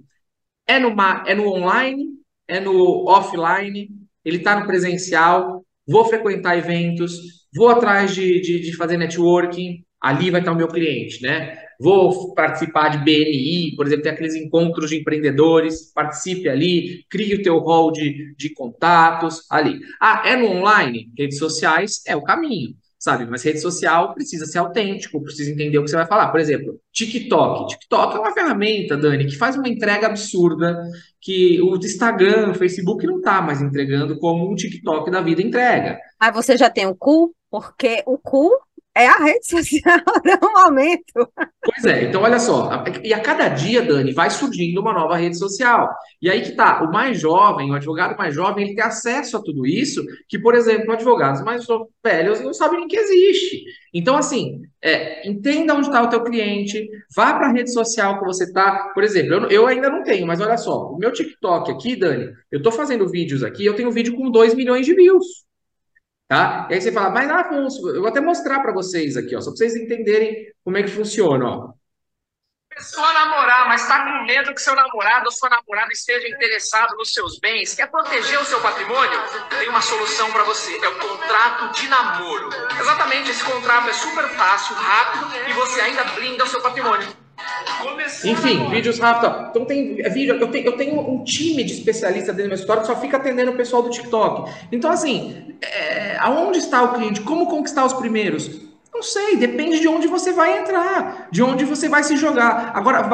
É no online? É no offline? Ele está no presencial? Vou frequentar eventos? Vou atrás de fazer networking? Ali vai estar o meu cliente, né? Vou participar de BNI, por exemplo, tem aqueles encontros de empreendedores, participe ali, crie o teu hall de contatos ali. Ah, é no online? Redes sociais é o caminho, sabe? Mas rede social precisa ser autêntico, precisa entender o que você vai falar. Por exemplo, TikTok. TikTok é uma ferramenta, Dani, que faz uma entrega absurda que o Instagram, o Facebook não está mais entregando como um TikTok da vida entrega. Aí você já tem o cu, porque o cu É a rede social do momento. Pois é, então olha só, e a cada dia, Dani, vai surgindo uma nova rede social. E aí que tá, o mais jovem, o advogado mais jovem, ele tem acesso a tudo isso, que, por exemplo, advogados mais velhos não sabem nem que existe. Então, assim, entenda onde está o teu cliente, vá para a rede social que você tá. Por exemplo, eu ainda não tenho, mas olha só, o meu TikTok aqui, Dani, eu tô fazendo vídeos aqui, eu tenho um vídeo com 2 milhões de views. Tá? E aí você fala, mas Afonso, eu vou até mostrar para vocês aqui, ó, só para vocês entenderem como é que funciona, ó. Começou a namorar, mas está com medo que seu namorado ou sua namorada esteja interessado nos seus bens, quer proteger o seu patrimônio? Tem uma solução para você, é o contrato de namoro. Exatamente, esse contrato é super fácil, rápido e você ainda blinda o seu patrimônio. Enfim, vídeos rápidos. Então tem vídeo. Eu tenho um time de especialistas dentro do meu escritório que só fica atendendo o pessoal do TikTok. Então, assim, aonde está o cliente? Como conquistar os primeiros? Não sei, depende de onde você vai entrar, de onde você vai se jogar. Agora,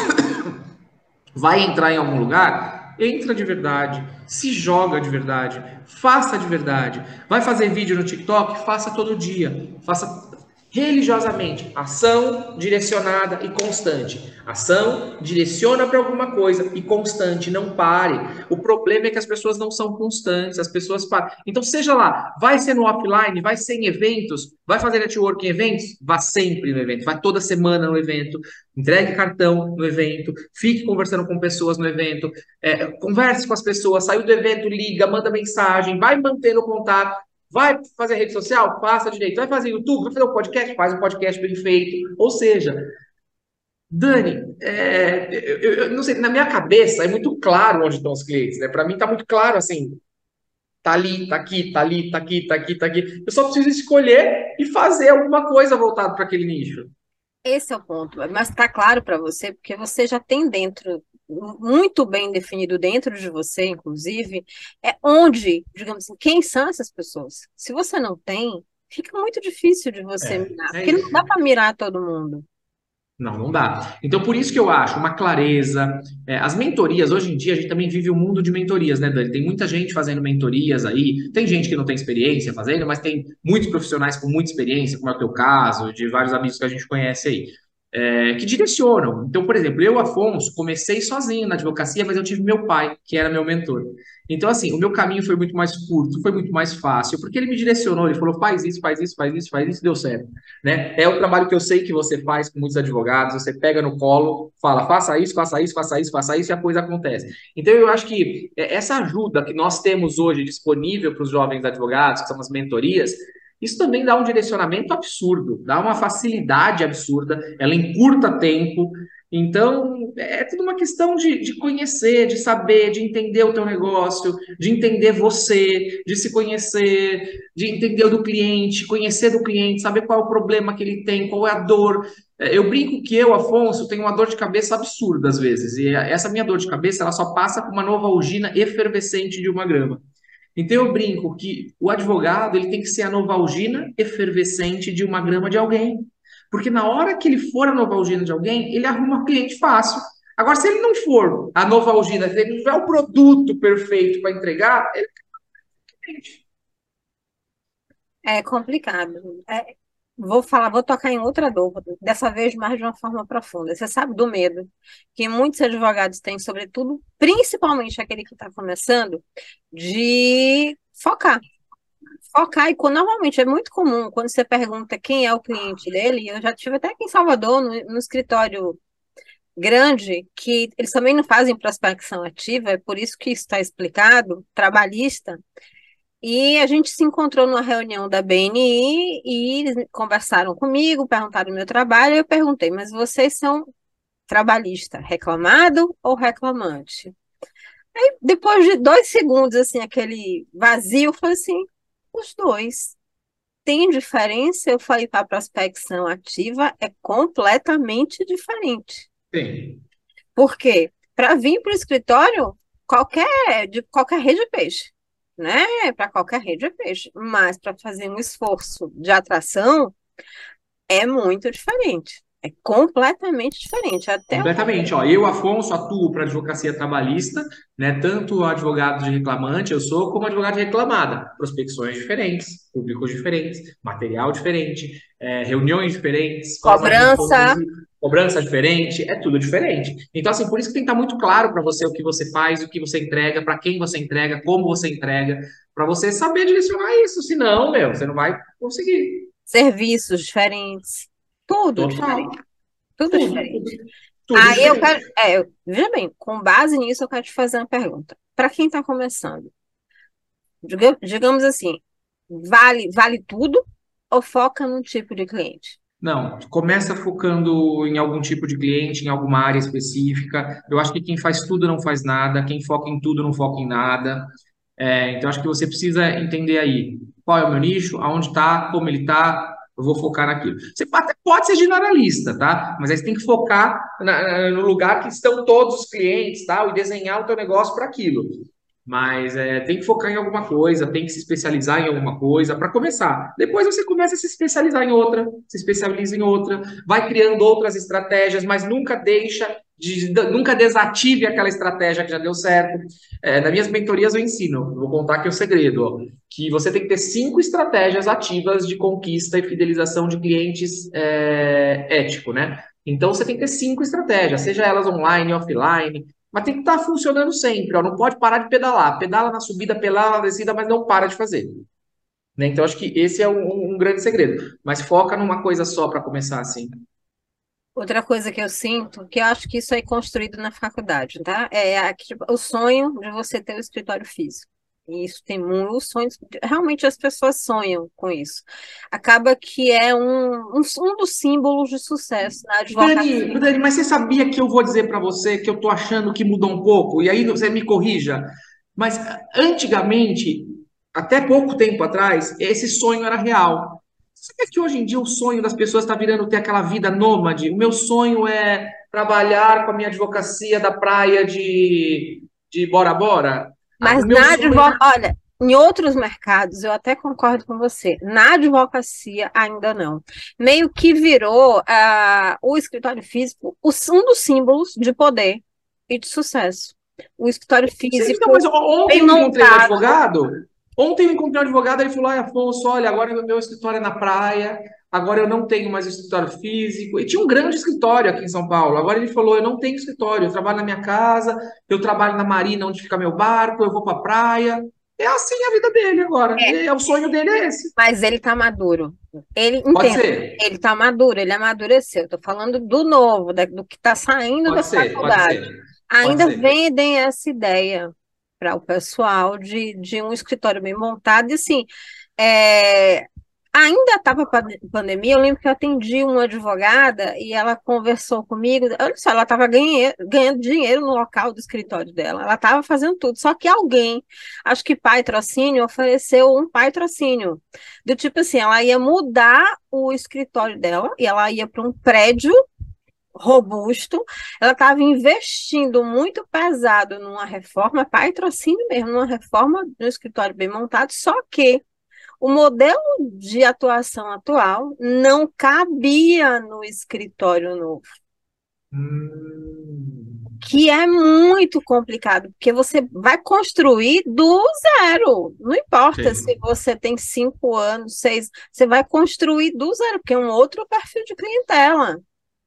vai entrar em algum lugar? Entra de verdade, se joga de verdade, faça de verdade. Vai fazer vídeo no TikTok? Faça todo dia. Faça religiosamente, ação direcionada e constante. Ação direciona para alguma coisa e constante, não pare. O problema é que as pessoas não são constantes, as pessoas param. Então, seja lá, vai ser no offline, vai ser em eventos, vai fazer network em eventos? Vá sempre no evento, vai toda semana no evento, entregue cartão no evento, fique conversando com pessoas no evento, converse com as pessoas, saiu do evento, liga, manda mensagem, vai mantendo contato. Vai fazer rede social? Faça direito. Vai fazer YouTube? Vai fazer um podcast? Faz um podcast bem feito. Ou seja, Dani, eu não sei, na minha cabeça é muito claro onde estão os clientes, né? Para mim tá muito claro assim, tá ali, tá aqui, tá ali, tá aqui, tá aqui, tá aqui. Eu só preciso escolher e fazer alguma coisa voltada para aquele nicho. Esse é o ponto. Mas está claro para você, porque você já tem dentro, muito bem definido dentro de você, inclusive, é onde, digamos assim, quem são essas pessoas. Se você não tem, fica muito difícil de você mirar, É porque não isso. dá para mirar todo mundo. Não, não dá. Então, por isso que eu acho uma clareza. As mentorias, hoje em dia, a gente também vive um mundo de mentorias, né, Dani? Tem muita gente fazendo mentorias aí. Tem gente que não tem experiência fazendo, mas tem muitos profissionais com muita experiência, como é o teu caso, de vários amigos que a gente conhece aí, que direcionam. Então, por exemplo, eu, Afonso, comecei sozinho na advocacia, mas eu tive meu pai, que era meu mentor. Então, assim, o meu caminho foi muito mais curto, foi muito mais fácil, porque ele me direcionou, ele falou, faz isso, faz isso, faz isso, faz isso, deu certo, né? É o trabalho que eu sei que você faz com muitos advogados, você pega no colo, fala, faça isso, faça isso, faça isso, faça isso, e a coisa acontece. Então, eu acho que essa ajuda que nós temos hoje disponível para os jovens advogados, que são as mentorias, isso também dá um direcionamento absurdo, dá uma facilidade absurda, ela encurta tempo. Então, é tudo uma questão de conhecer, de saber, de entender o teu negócio, de entender você, de se conhecer, de entender o do cliente, conhecer do cliente, saber qual é o problema que ele tem, qual é a dor. Eu brinco que eu, Afonso, tenho uma dor de cabeça absurda às vezes, e essa minha dor de cabeça, ela só passa com uma nova algina efervescente de 1 grama. Então eu brinco que o advogado ele tem que ser a novalgina efervescente de 1 grama de alguém. Porque na hora que ele for a novalgina de alguém, ele arruma cliente fácil. Agora, se ele não for a novalgina, se ele não tiver o produto perfeito para entregar, ele é cliente. É complicado. Vou tocar em outra dor, dessa vez mais de uma forma profunda. Você sabe do medo que muitos advogados têm, sobretudo, principalmente aquele que está começando, de focar. Focar, normalmente é muito comum quando você pergunta quem é o cliente dele, eu já tive até aqui em Salvador, no escritório grande, que eles também não fazem prospecção ativa, é por isso que isso está explicado, trabalhista, e a gente se encontrou numa reunião da BNI e eles conversaram comigo, perguntaram o meu trabalho, e eu perguntei, mas vocês são trabalhista reclamado ou reclamante? Aí, depois de 2 segundos, assim, aquele vazio, eu falei assim, os dois. Tem diferença? Eu falei para a prospecção ativa é completamente diferente. Tem. Por quê? Para vir para o escritório, de qualquer rede é peixe, né? Para qualquer rede é peixe. Mas para fazer um esforço de atração é muito diferente. É completamente diferente. Até Completamente. Ó, eu, Afonso, atuo para advocacia trabalhista, né? Tanto advogado de reclamante eu sou, como advogado de reclamada. Prospecções diferentes, públicos diferentes, material diferente, reuniões diferentes, forma de cobrança. conduzir, cobrança diferente, é tudo diferente. Então, assim, por isso que tem que estar muito claro para você o que você faz, o que você entrega, para quem você entrega, como você entrega, para você saber direcionar isso. Senão, meu, você não vai conseguir. Serviços diferentes, tudo Total. diferente, tudo Tudo, tudo, diferente. tudo Aí eu diferente. quero, veja bem, com base nisso eu quero te fazer uma pergunta. Para quem está começando, digamos assim, vale tudo ou foca num tipo de cliente? Não, começa focando em algum tipo de cliente, em alguma área específica. Eu acho que quem faz tudo não faz nada, quem foca em tudo não foca em nada. Então, acho que você precisa entender aí qual é o meu nicho, aonde está, como ele está, eu vou focar naquilo. Você até pode ser generalista, tá? Mas aí você tem que focar no lugar que estão todos os clientes, tal, e desenhar o teu negócio para aquilo. Mas tem que focar em alguma coisa, tem que se especializar em alguma coisa para começar. Depois você começa a se especializar em outra, se especializa em outra, vai criando outras estratégias, mas nunca desative aquela estratégia que já deu certo. Nas minhas mentorias eu ensino, vou contar aqui o segredo, ó, que você tem que ter 5 estratégias ativas de conquista e fidelização de clientes ético, né? Então você tem que ter 5 estratégias, seja elas online, offline, mas tem que estar funcionando sempre, ó. Não pode parar de pedalar. Pedala na subida, pedala na descida, mas não para de fazer. Né? Então, acho que esse é um grande segredo. Mas foca numa coisa só para começar assim. Outra coisa que eu sinto, que eu acho que isso é construído na faculdade, tá? Tipo, o sonho de você ter o escritório físico. E isso tem muitos sonhos, realmente as pessoas sonham com isso. Acaba que é um dos símbolos de sucesso na advocacia. Dani, mas você sabia que eu vou dizer para você que eu tô achando que mudou um pouco? E aí você me corrija. Mas antigamente, até pouco tempo atrás, esse sonho era real. Você sabia que hoje em dia o sonho das pessoas está virando ter aquela vida nômade? O meu sonho é trabalhar com a minha advocacia da praia de Bora Bora. O Mas meu sonho. olha, em outros mercados, eu até concordo com você. Na advocacia, ainda não. Meio que virou o escritório físico um dos símbolos de poder e de sucesso. O escritório Então, mas físico ontem bem eu encontrei um montado. advogado. Ontem eu encontrei um advogado, ele falou: ai, Afonso, olha, agora o meu escritório é na praia, agora eu não tenho mais escritório físico. E tinha um grande escritório aqui em São Paulo. Agora ele falou: eu não tenho escritório, eu trabalho na minha casa, eu trabalho na marina onde fica meu barco, eu vou para a praia. É assim a vida dele agora. O sonho dele é esse. Mas ele tá maduro. Ele, Pode entenda, ser, ele tá maduro, ele amadureceu. Estou falando do novo, do que está saindo da pode ser, pode faculdade. ser, pode Ainda ser. vendem essa ideia para o pessoal de um escritório bem montado. E assim, é, ainda estava pandemia, eu lembro que eu atendi uma advogada e ela conversou comigo. Olha só, ela estava ganhando dinheiro no local do escritório dela. Ela estava fazendo tudo. Só que alguém, acho que patrocínio, ofereceu um patrocínio. Do tipo assim, ela ia mudar o escritório dela e ela ia para um prédio robusto, ela estava investindo muito pesado numa reforma, patrocínio mesmo, numa reforma de um escritório bem montado, só que o modelo de atuação atual não cabia no escritório novo, Hum, que é muito complicado, porque você vai construir do zero. Não importa se sim. você tem 5 anos, 6, você vai construir do zero, porque é um outro perfil de clientela.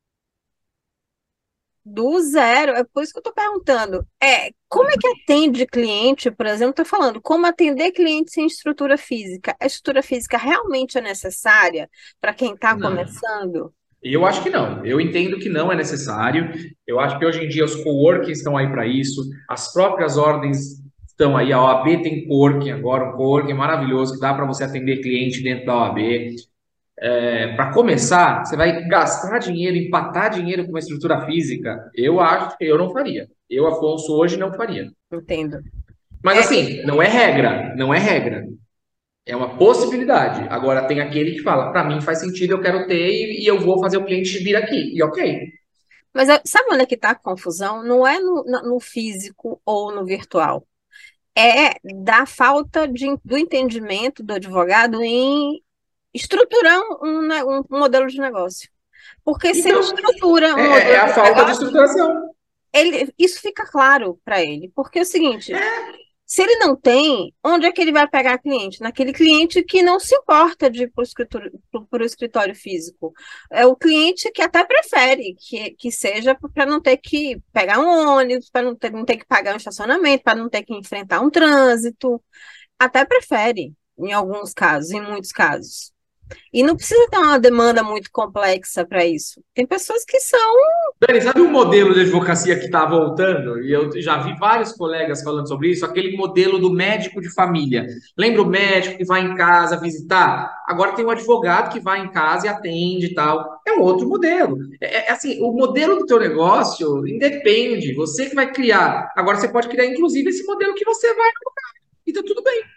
Do zero, é por isso que eu estou perguntando. Como é que atende cliente, por exemplo, estou falando, como atender cliente sem estrutura física? A estrutura física realmente é necessária para quem está Não. começando? Eu acho que não. Eu entendo que não é necessário. Eu acho que hoje em dia os coworking estão aí para isso. As próprias ordens estão aí. A OAB tem coworking agora, um coworking maravilhoso que dá para você atender cliente dentro da OAB. Para começar, você vai gastar dinheiro, empatar dinheiro com uma estrutura física. Eu acho que eu não faria. Eu, Afonso, hoje não faria. Entendo. Mas É, assim, não é regra, não é regra. É uma possibilidade. Agora tem aquele que fala, para mim faz sentido, eu quero ter e eu vou fazer o cliente vir aqui. E ok. mas sabe onde é que está a confusão? Não é no físico ou no virtual. É da falta do entendimento do advogado em estruturar um modelo de negócio. Porque sem Então, estrutura, um é modelo a de falta de negócio, estruturação. isso fica claro para ele. Porque é o seguinte, se ele não tem, onde é que ele vai pegar cliente? Naquele cliente que não se importa de ir para o escritório físico. É o cliente que até prefere que seja para não ter que pegar um ônibus, para não ter que pagar um estacionamento, para não ter que enfrentar um trânsito. Até prefere, em alguns casos, em muitos casos. E não precisa ter uma demanda muito complexa para isso. Tem pessoas que são. Dani, sabe um modelo de advocacia que está voltando? E eu já vi vários colegas falando sobre isso, aquele modelo do médico de família. Lembra o médico que vai em casa visitar? Agora tem um advogado que vai em casa e atende e tal. É um outro modelo. Assim, o modelo do teu negócio independe, você que vai criar. Agora você pode criar, inclusive, esse modelo que você vai colocar. E tá tudo bem.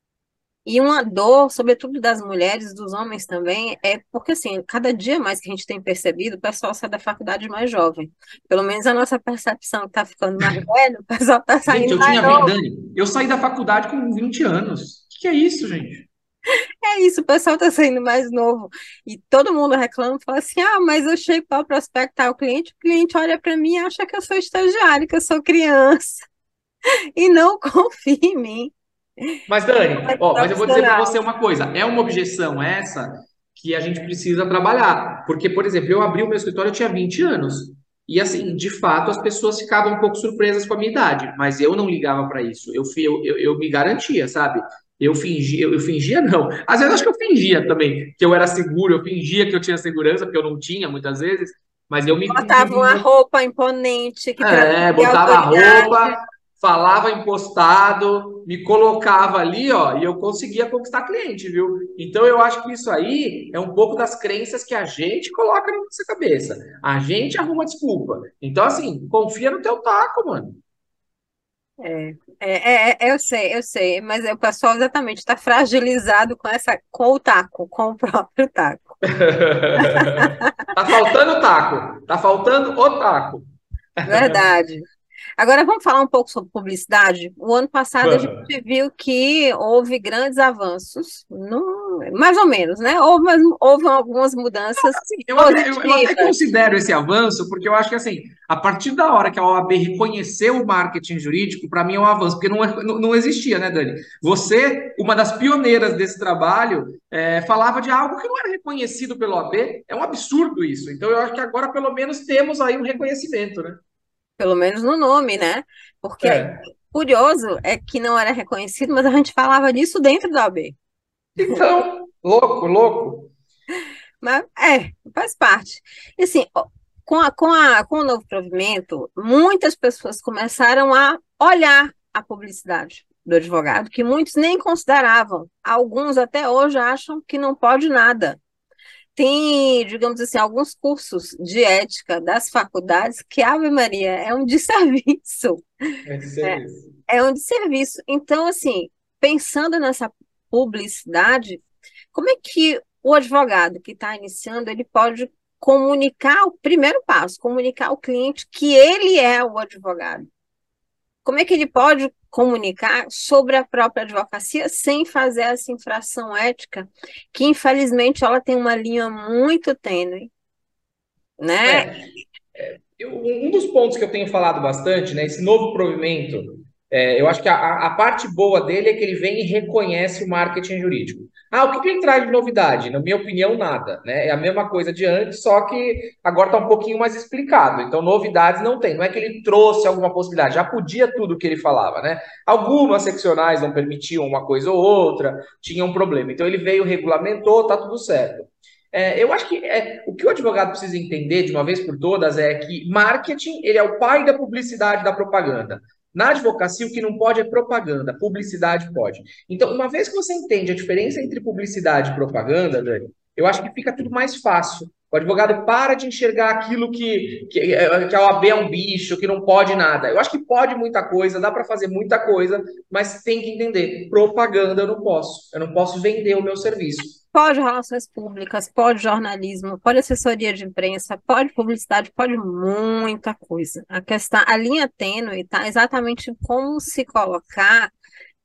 E uma dor, sobretudo das mulheres, dos homens também, é porque, assim, cada dia mais que a gente tem percebido, o pessoal sai da faculdade mais jovem. Pelo menos a nossa percepção está ficando mais velho, o pessoal está Gente, saindo eu mais tinha 20, novo. Dani, eu saí da faculdade com 20 anos. O que é isso, gente? É isso, o pessoal está saindo mais novo. E todo mundo reclama, fala assim: ah, mas eu chego para prospectar o cliente olha para mim e acha que eu sou estagiário, que eu sou criança, e não confia em mim. Mas, Dani, É ó, mas eu vou dizer para profissional. você uma coisa: é uma objeção essa que a gente precisa trabalhar. Porque, por exemplo, eu abri o meu escritório, eu tinha 20 anos. E, assim, de fato, as pessoas ficavam um pouco surpresas com a minha idade, mas eu não ligava para isso. Eu me garantia, sabe? Eu fingia não. Às vezes eu acho que eu fingia também, que eu era seguro, eu fingia que eu tinha segurança, porque eu não tinha muitas vezes, mas eu Botava uma roupa imponente que traduzia botava a autoridade. roupa, falava impostado, me colocava ali, ó, e eu conseguia conquistar cliente, viu? Então eu acho que isso aí é um pouco das crenças que a gente coloca na nossa cabeça. A gente arruma desculpa. Então, assim, confia no teu taco, mano. Eu sei, mas o pessoal exatamente está fragilizado com o taco, com o próprio taco. Tá faltando taco. Tá faltando o taco. Verdade. Agora vamos falar um pouco sobre publicidade. O ano passado a gente Vamos. viu que houve grandes avanços, mais ou menos, né? Houve algumas mudanças Assim, eu até positivas. considero esse avanço, porque eu acho que assim, a partir da hora que a OAB reconheceu o marketing jurídico, para mim é um avanço, porque não existia, né, Dani? Você, uma das pioneiras desse trabalho, falava de algo que não era reconhecido pela OAB, é um absurdo isso. Então eu acho que agora pelo menos temos aí um reconhecimento, né? Pelo menos no nome, né? Porque É. curioso é que não era reconhecido, mas a gente falava disso dentro da OAB. Então, louco, louco. Mas faz parte. E assim, ó, com o novo provimento, muitas pessoas começaram a olhar a publicidade do advogado, que muitos nem consideravam. Alguns até hoje acham que não pode nada. Tem, digamos assim, alguns cursos de ética das faculdades que, Ave Maria, é um desserviço. É de É, serviço. é um desserviço. Então, assim, pensando nessa publicidade, como é que o advogado que está iniciando, ele pode comunicar o primeiro passo, comunicar ao cliente que ele é o advogado? Como é que ele pode comunicar sobre a própria advocacia sem fazer essa infração ética, que infelizmente ela tem uma linha muito tênue, né? É, um dos pontos que eu tenho falado bastante, né, esse novo provimento, eu acho que a parte boa dele é que ele vem e reconhece o marketing jurídico. Ah, o que que ele traz de novidade? Na minha opinião, nada, né? É a mesma coisa de antes, só que agora está um pouquinho mais explicado. Então, novidades não tem. Não é que ele trouxe alguma possibilidade, já podia tudo o que ele falava, né? Algumas seccionais não permitiam uma coisa ou outra, tinha um problema. Então, ele veio, regulamentou, tá tudo certo. Eu acho que o que o advogado precisa entender de uma vez por todas é que marketing ele é o pai da publicidade e da propaganda. Na advocacia, o que não pode é propaganda, publicidade pode. Então, uma vez que você entende a diferença entre publicidade e propaganda, Dani, eu acho que fica tudo mais fácil. O advogado para de enxergar aquilo que a OAB é um bicho, que não pode nada. Eu acho que pode muita coisa, dá para fazer muita coisa, mas tem que entender: propaganda eu não posso. Eu não posso vender o meu serviço. Pode relações públicas, pode jornalismo, pode assessoria de imprensa, pode publicidade, pode muita coisa. A linha tênue está exatamente em como se colocar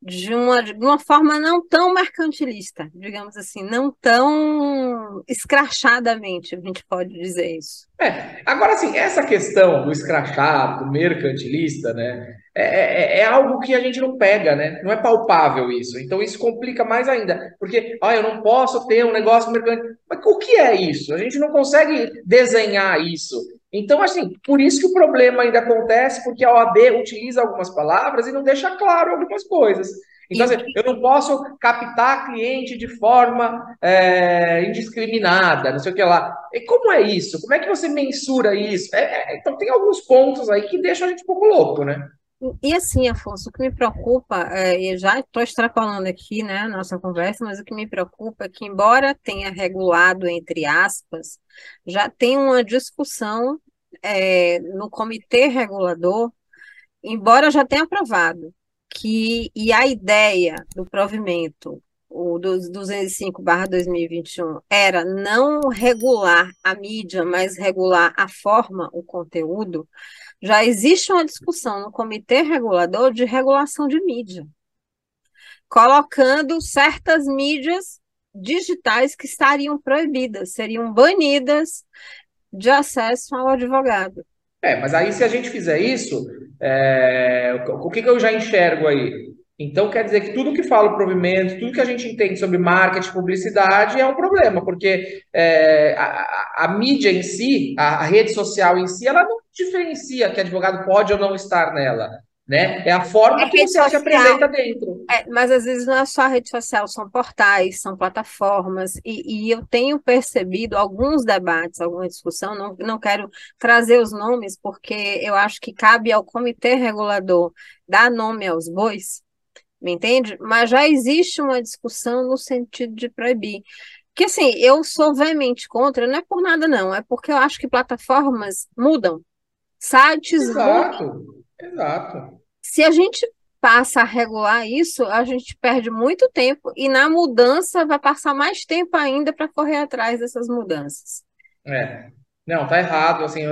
de uma forma não tão mercantilista, digamos assim, não tão escrachadamente, a gente pode dizer isso. Agora, assim, essa questão do escrachado, do mercantilista, né, é algo que a gente não pega, né? Não é palpável isso. Então, isso complica mais ainda, porque, eu não posso ter um negócio mercantil. Mas o que é isso? A gente não consegue desenhar isso. Então, assim, por isso que o problema ainda acontece, porque a OAB utiliza algumas palavras e não deixa claro algumas coisas. E Então, o assim, que eu não posso captar cliente de forma indiscriminada, não sei o que lá. E como é isso? Como é que você mensura isso? Então, tem alguns pontos aí que deixam a gente um pouco louco, né? E assim, Afonso, o que me preocupa, e eu já estou extrapolando aqui, né, a nossa conversa, mas o que me preocupa é que, embora tenha regulado, entre aspas, já tem uma discussão, no comitê regulador, embora já tenha aprovado, e a ideia do provimento, o dos 205/2021, era não regular a mídia, mas regular a forma, o conteúdo. Já existe uma discussão no comitê regulador de regulação de mídia, colocando certas mídias digitais que estariam proibidas, seriam banidas de acesso ao advogado. Mas aí se a gente fizer isso, o que eu já enxergo aí? Então quer dizer que tudo que fala o provimento, tudo que a gente entende sobre marketing, publicidade é um problema, porque a mídia em si, a rede social em si, ela não diferencia que advogado pode ou não estar nela, né? É a É forma que rede você se social. apresenta dentro. Mas às vezes não é só a rede social, são portais, são plataformas, e eu tenho percebido alguns debates, alguma discussão, não quero trazer os nomes, porque eu acho que cabe ao comitê regulador dar nome aos bois, me entende? Mas já existe uma discussão no sentido de proibir. Que assim, eu sou veemente contra, não é por nada não, é porque eu acho que plataformas mudam, sites mudam. Exato, exato. Se a gente passa a regular isso, a gente perde muito tempo e na mudança vai passar mais tempo ainda para correr atrás dessas mudanças. É. Não, tá errado. Assim,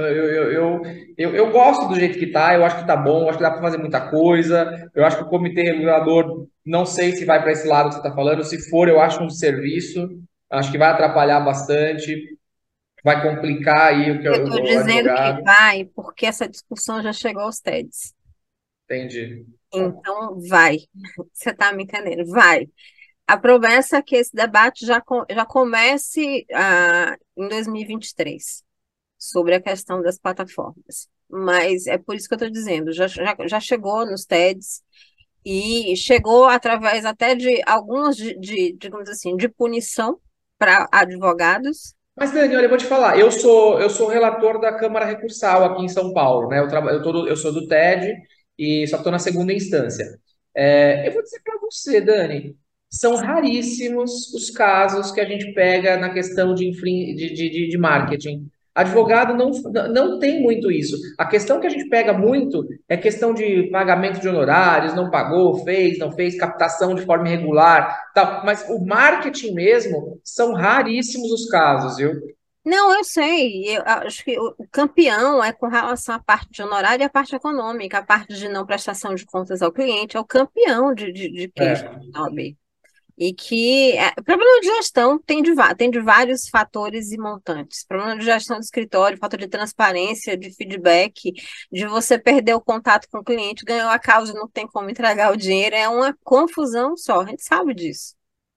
eu gosto do jeito que tá, eu acho que tá bom, eu acho que dá para fazer muita coisa. Eu acho que o comitê regulador, não sei se vai para esse lado que você está falando. Se for, eu acho um serviço, acho que vai atrapalhar bastante, vai complicar aí Eu estou o dizendo que advogado. vai, porque essa discussão já chegou aos TEDs. Entendi. Então, vai. Você está me entendendo? Vai. A promessa é que esse debate já comece em 2023, sobre a questão das plataformas. Mas é por isso que eu estou dizendo, já chegou nos TEDs, e chegou através até de algumas, digamos assim, de punição para advogados. Mas, Dani, olha, eu vou te falar, eu sou relator da Câmara Recursal aqui em São Paulo, né? Eu sou do TED e só estou na segunda instância. Eu vou dizer para você, Dani, são raríssimos os casos que a gente pega na questão de marketing. Advogado não tem muito isso. A questão que a gente pega muito é questão de pagamento de honorários, não pagou, fez, não fez, captação de forma irregular, tal. Mas o marketing mesmo são raríssimos os casos, viu? Não, eu sei, eu acho que o campeão é com relação à parte de honorário e à parte econômica, a parte de não prestação de contas ao cliente, é o campeão de queixa É, na OAB. E que problema de gestão tem de vários fatores e montantes. Problema de gestão do escritório, falta de transparência, de feedback, de você perder o contato com o cliente, ganhou a causa, e não tem como entregar o dinheiro, é uma confusão só, a gente sabe disso.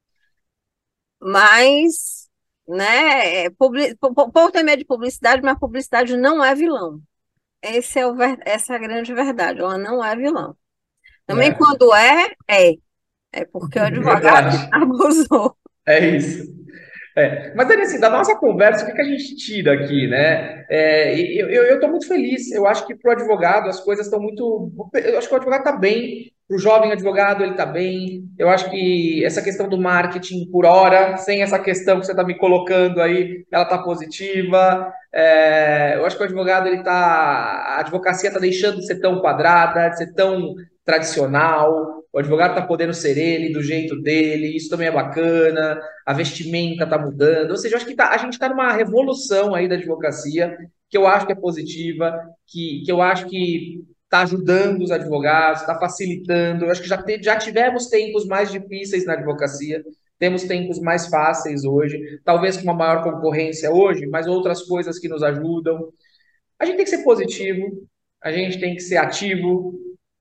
Mas, né, por ter medo de publicidade, mas publicidade não é vilão. Essa é a grande verdade, ela não é vilão. Também né? quando é porque o advogado Verdade. abusou. É isso. Mas, Dani, assim, da nossa conversa, o que que a gente tira aqui, né? Eu estou muito feliz. Eu acho que para o advogado as coisas estão muito. Eu acho que o advogado está bem. Para o jovem advogado, ele está bem. Eu acho que essa questão do marketing por hora, sem essa questão que você está me colocando aí, ela está positiva. Eu acho que o advogado, ele tá. A advocacia está deixando de ser tão quadrada, de ser tão tradicional. O advogado está podendo ser ele, do jeito dele. Isso também é bacana, a vestimenta está mudando. Ou seja, eu acho que a gente está numa revolução aí da advocacia, que eu acho que é positiva, que eu acho que está ajudando os advogados, está facilitando. Eu acho que já tivemos tempos mais difíceis na advocacia, temos tempos mais fáceis hoje, talvez com uma maior concorrência hoje, mas outras coisas que nos ajudam. A gente tem que ser positivo, a gente tem que ser ativo,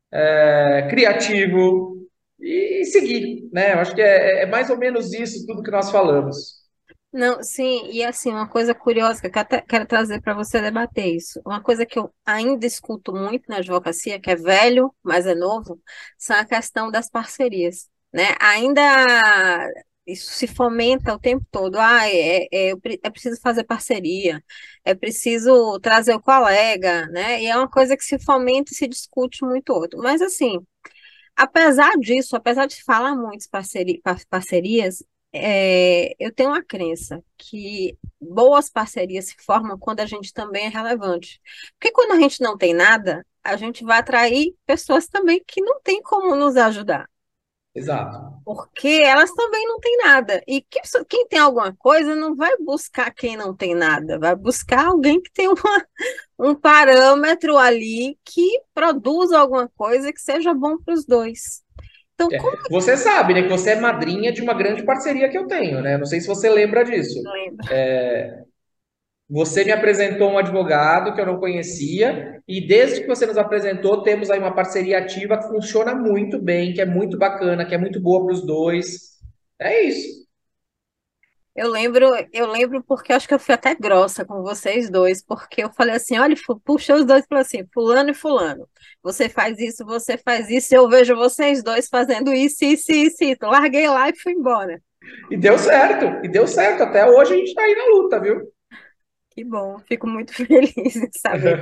criativo e seguir, né? Eu acho que é mais ou menos isso tudo que nós falamos. Não, sim, e assim, uma coisa curiosa que eu quero trazer para você debater isso. Uma coisa que eu ainda escuto muito na advocacia, que é velho, mas é novo, são a questão das parcerias, né? Ainda isso se fomenta o tempo todo. É preciso fazer parceria, é preciso trazer o colega, né? E é uma coisa que se fomenta e se discute muito outro. Mas assim, apesar disso, apesar de falar muito parcerias, eu tenho uma crença que boas parcerias se formam quando a gente também é relevante. Porque quando a gente não tem nada, a gente vai atrair pessoas também que não têm como nos ajudar. Exato. Porque elas também não têm nada. E quem tem alguma coisa não vai buscar quem não tem nada, vai buscar alguém que tem um parâmetro ali que produza alguma coisa que seja bom para os dois. Então, como Você sabe, né, que você é madrinha de uma grande parceria que eu tenho, né? Não sei se você lembra disso. eu lembro? Você me apresentou um advogado que eu não conhecia, e desde que você nos apresentou, temos aí uma parceria ativa que funciona muito bem, que é muito bacana, que é muito boa para os dois. É isso. Eu lembro porque acho que eu fui até grossa com vocês dois, porque eu falei assim, olha, puxei os dois e falei assim, fulano e fulano, você faz isso, eu vejo vocês dois fazendo isso, isso, isso, isso. Larguei lá e fui embora. E deu certo, e deu certo. Até hoje a gente está aí na luta, viu? Que bom, fico muito feliz em saber.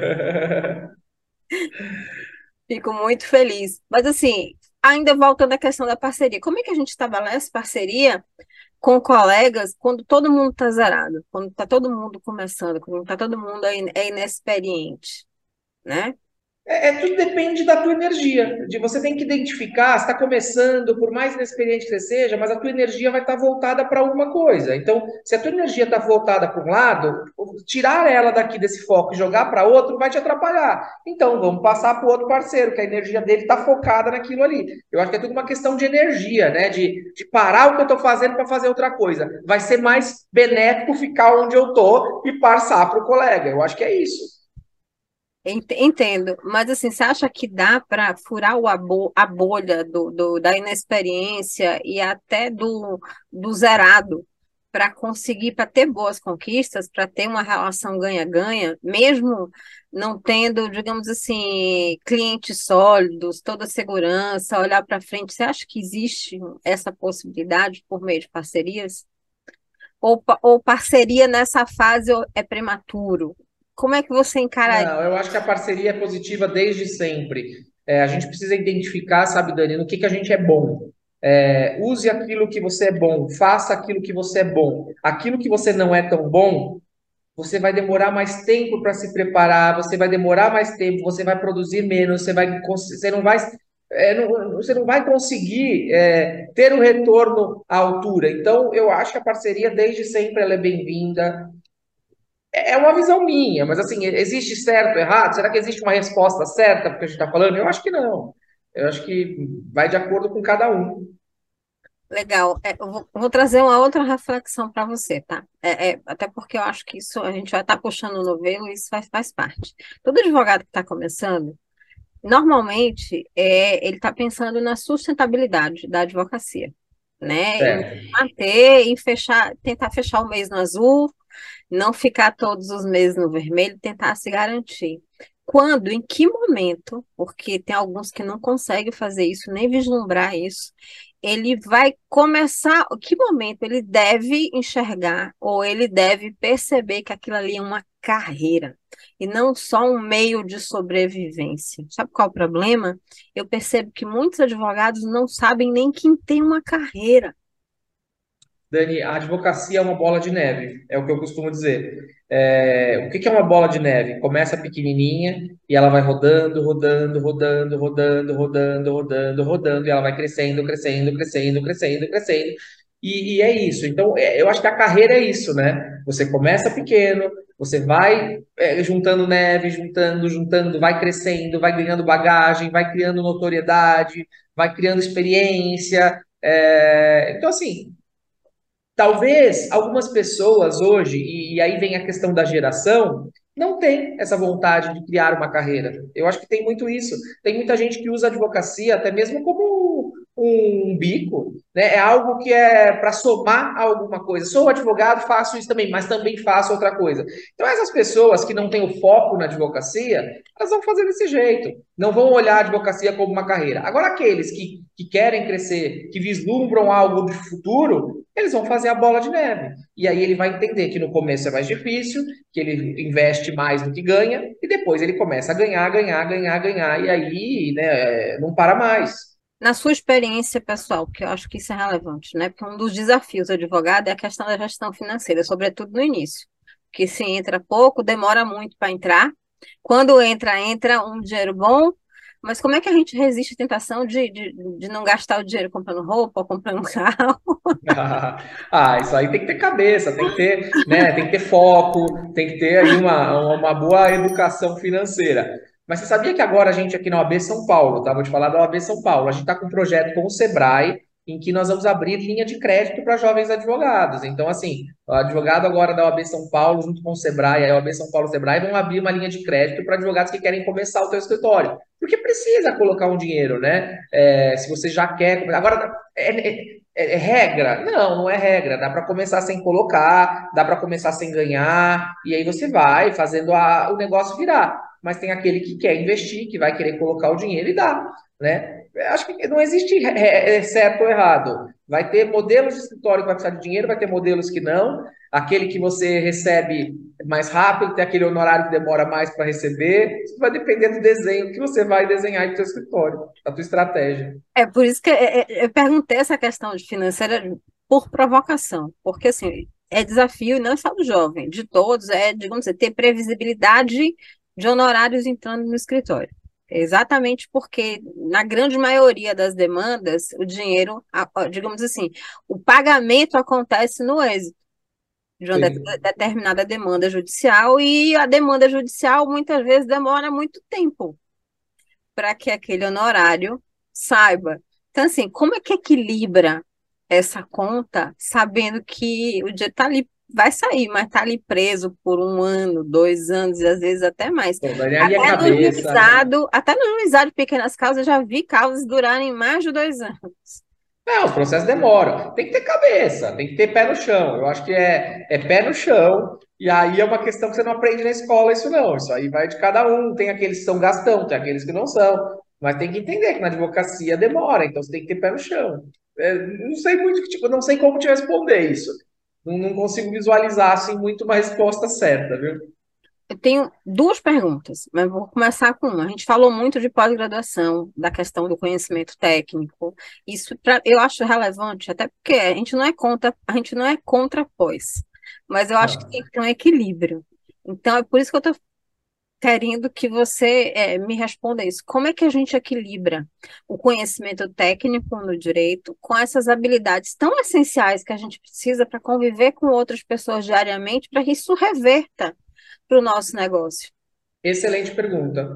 Fico muito feliz. Mas assim, ainda voltando à questão da parceria, como é que a gente estabelece parceria com colegas quando todo mundo está zerado, quando está todo mundo começando, quando está todo mundo é inexperiente, né? Tudo depende da tua energia. De você tem que identificar, você está começando, por mais inexperiente que você seja, mas a tua energia vai estar voltada para alguma coisa. Então, se a tua energia está voltada para um lado, tirar ela daqui desse foco e jogar para outro vai te atrapalhar. Então, vamos passar para o outro parceiro, que a energia dele está focada naquilo ali. Eu acho que é tudo uma questão de energia, né? De parar o que eu estou fazendo para fazer outra coisa. Vai ser mais benéfico ficar onde eu estou e passar para o colega. Eu acho que é isso. Entendo, mas assim, você acha que dá para furar a bolha da inexperiência e até do zerado para conseguir, para ter boas conquistas, para ter uma relação ganha-ganha, mesmo não tendo, digamos assim, clientes sólidos, toda segurança, olhar para frente? Você acha que existe essa possibilidade por meio de parcerias? Ou parceria nessa fase é prematuro? Como é que você encararia? Não, eu acho que a parceria é positiva desde sempre. A gente precisa identificar, sabe, Dani, no que a gente é bom. Use aquilo que você é bom, faça aquilo que você é bom. Aquilo que você não é tão bom, você vai demorar mais tempo para se preparar, você vai demorar mais tempo, você vai produzir menos, você não vai, você não vai conseguir ter o retorno à altura. Então, eu acho que a parceria desde sempre ela é bem-vinda. É uma visão minha, mas assim, existe certo, errado? Será que existe uma resposta certa porque a gente está falando? Eu acho que não. Eu acho que vai de acordo com cada um. Legal. Eu vou trazer uma outra reflexão para você, tá? Até porque eu acho que isso a gente vai estar puxando o novelo e isso faz parte. Todo advogado que está começando, normalmente, ele está pensando na sustentabilidade da advocacia, né? Em Certo. manter, tentar fechar o mês no azul, não ficar todos os meses no vermelho, tentar se garantir. Quando, em que momento, porque tem alguns que não conseguem fazer isso, nem vislumbrar isso, ele vai começar, que momento ele deve enxergar ou ele deve perceber que aquilo ali é uma carreira e não só um meio de sobrevivência. Sabe qual é o problema? Eu percebo que muitos advogados não sabem nem quem tem uma carreira. Dani, a advocacia é uma bola de neve, é o que eu costumo dizer. O que que é uma bola de neve? Começa pequenininha e ela vai rodando, rodando, rodando, rodando, rodando, rodando, rodando, e ela vai crescendo, crescendo, crescendo, crescendo, crescendo. E é isso. Então, eu acho que a carreira é isso, né? Você começa pequeno, Você vai juntando neve, juntando, vai crescendo, vai ganhando bagagem, vai criando notoriedade, vai criando experiência. Então, assim, talvez algumas pessoas hoje, e aí vem a questão da geração, não tem essa vontade de criar uma carreira. Eu acho que tem muito isso. Tem muita gente que usa a advocacia até mesmo como um bico, né? É algo que é para somar a alguma coisa. Sou advogado, faço isso também, mas também faço outra coisa. Então, essas pessoas que não têm o foco na advocacia, elas vão fazer desse jeito. Não vão olhar a advocacia como uma carreira. Agora, aqueles que querem crescer, que vislumbram algo de futuro, eles vão fazer a bola de neve. E aí ele vai entender que no começo é mais difícil, que ele investe mais do que ganha, e depois ele começa a ganhar, ganhar, ganhar, ganhar, e aí, né, não para mais. Na sua experiência pessoal, porque eu acho que isso é relevante, né? Porque um dos desafios do advogado é a questão da gestão financeira, sobretudo no início. Porque se entra pouco, demora muito para entrar. Quando entra, entra um dinheiro bom, mas como é que a gente resiste à tentação de não gastar o dinheiro comprando roupa ou comprando carro? Isso aí tem que ter cabeça, tem que ter, né, tem que ter foco, tem que ter aí uma boa educação financeira. Mas você sabia que agora a gente aqui na OAB São Paulo, tá? Vou te falar da OAB São Paulo. A gente está com um projeto com o Sebrae em que nós vamos abrir linha de crédito para jovens advogados. Então, assim, o advogado agora da OAB São Paulo, junto com o Sebrae, a OAB São Paulo e o Sebrae, vão abrir uma linha de crédito para advogados que querem começar o seu escritório. Porque precisa colocar um dinheiro, né? Se você já quer. Agora, é regra? Não, não é regra. Dá para começar sem colocar, dá para começar sem ganhar, e aí você vai fazendo o negócio virar. Mas tem aquele que quer investir, que vai querer colocar o dinheiro e dá, né? Acho que não existe certo ou errado. Vai ter modelos de escritório que vai precisar de dinheiro, vai ter modelos que não. Aquele que você recebe mais rápido, tem aquele honorário que demora mais para receber. Isso vai depender do desenho que você vai desenhar em seu escritório, da tua estratégia. É por isso que eu perguntei essa questão de financeira por provocação, porque assim, é desafio não só do jovem, de todos, digamos assim, ter previsibilidade de honorários entrando no escritório. Exatamente porque, na grande maioria das demandas, o dinheiro, digamos assim, o pagamento acontece no êxito de uma Sim. determinada demanda judicial, e a demanda judicial muitas vezes demora muito tempo para que aquele honorário saiba. Então, assim, como é que equilibra essa conta, sabendo que o dinheiro está ali, vai sair, mas está ali preso por 1 ano, 2 anos, e às vezes até mais. Pô, mas aí é cabeça, né? Até no juizado de pequenas causas, eu já vi causas durarem mais de 2 anos. Não, os processos demoram. Tem que ter cabeça, tem que ter pé no chão. Eu acho que é pé no chão, e aí é uma questão que você não aprende na escola, isso não. Isso aí vai de cada um. Tem aqueles que são gastão, tem aqueles que não são. Mas tem que entender que na advocacia demora, então você tem que ter pé no chão. Não sei muito, tipo, não sei como te responder isso. Não consigo visualizar assim muito uma resposta certa, viu? Eu tenho duas perguntas, mas vou começar com uma. A gente falou muito de pós-graduação, da questão do conhecimento técnico. Isso eu acho relevante, até porque a gente não é contra pós, mas eu acho que Não. tem que ter um equilíbrio. Então, é por isso que eu estou querendo que você me responda isso. Como é que a gente equilibra o conhecimento técnico no direito com essas habilidades tão essenciais que a gente precisa para conviver com outras pessoas diariamente, para que isso reverta para o nosso negócio? Excelente pergunta.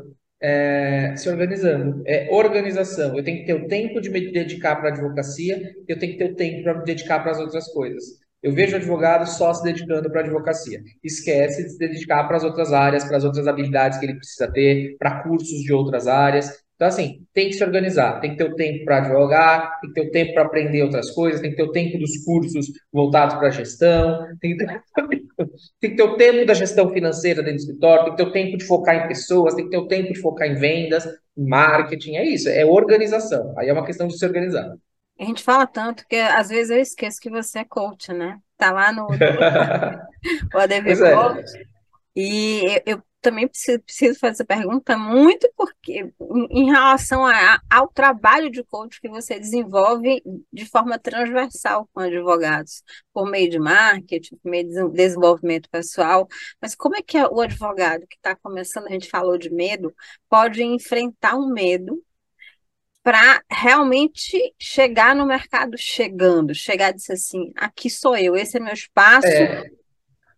Se organizando. Organização. Eu tenho que ter o tempo de me dedicar para a advocacia, eu tenho que ter o tempo para me dedicar para as outras coisas. Eu vejo advogado só se dedicando para a advocacia. Esquece de se dedicar para as outras áreas, para as outras habilidades que ele precisa ter, para cursos de outras áreas. Então, assim, tem que se organizar, tem que ter o tempo para advogar, tem que ter o tempo para aprender outras coisas, tem que ter o tempo dos cursos voltados para a gestão, tem que ter tem que ter o tempo da gestão financeira dentro do escritório, tem que ter o tempo de focar em pessoas, tem que ter o tempo de focar em vendas, em marketing, é isso, é organização. Aí é uma questão de se organizar. A gente fala tanto que às vezes eu esqueço que você é coach, né? Tá lá no o ADV Pois é. Coach. E eu também preciso fazer essa pergunta muito porque em relação ao trabalho de coach que você desenvolve de forma transversal com advogados, por meio de marketing, por meio de desenvolvimento pessoal, mas como é que o advogado que está começando, a gente falou de medo, pode enfrentar um medo para realmente chegar no mercado chegar e dizer assim, aqui sou eu, esse é meu espaço, É,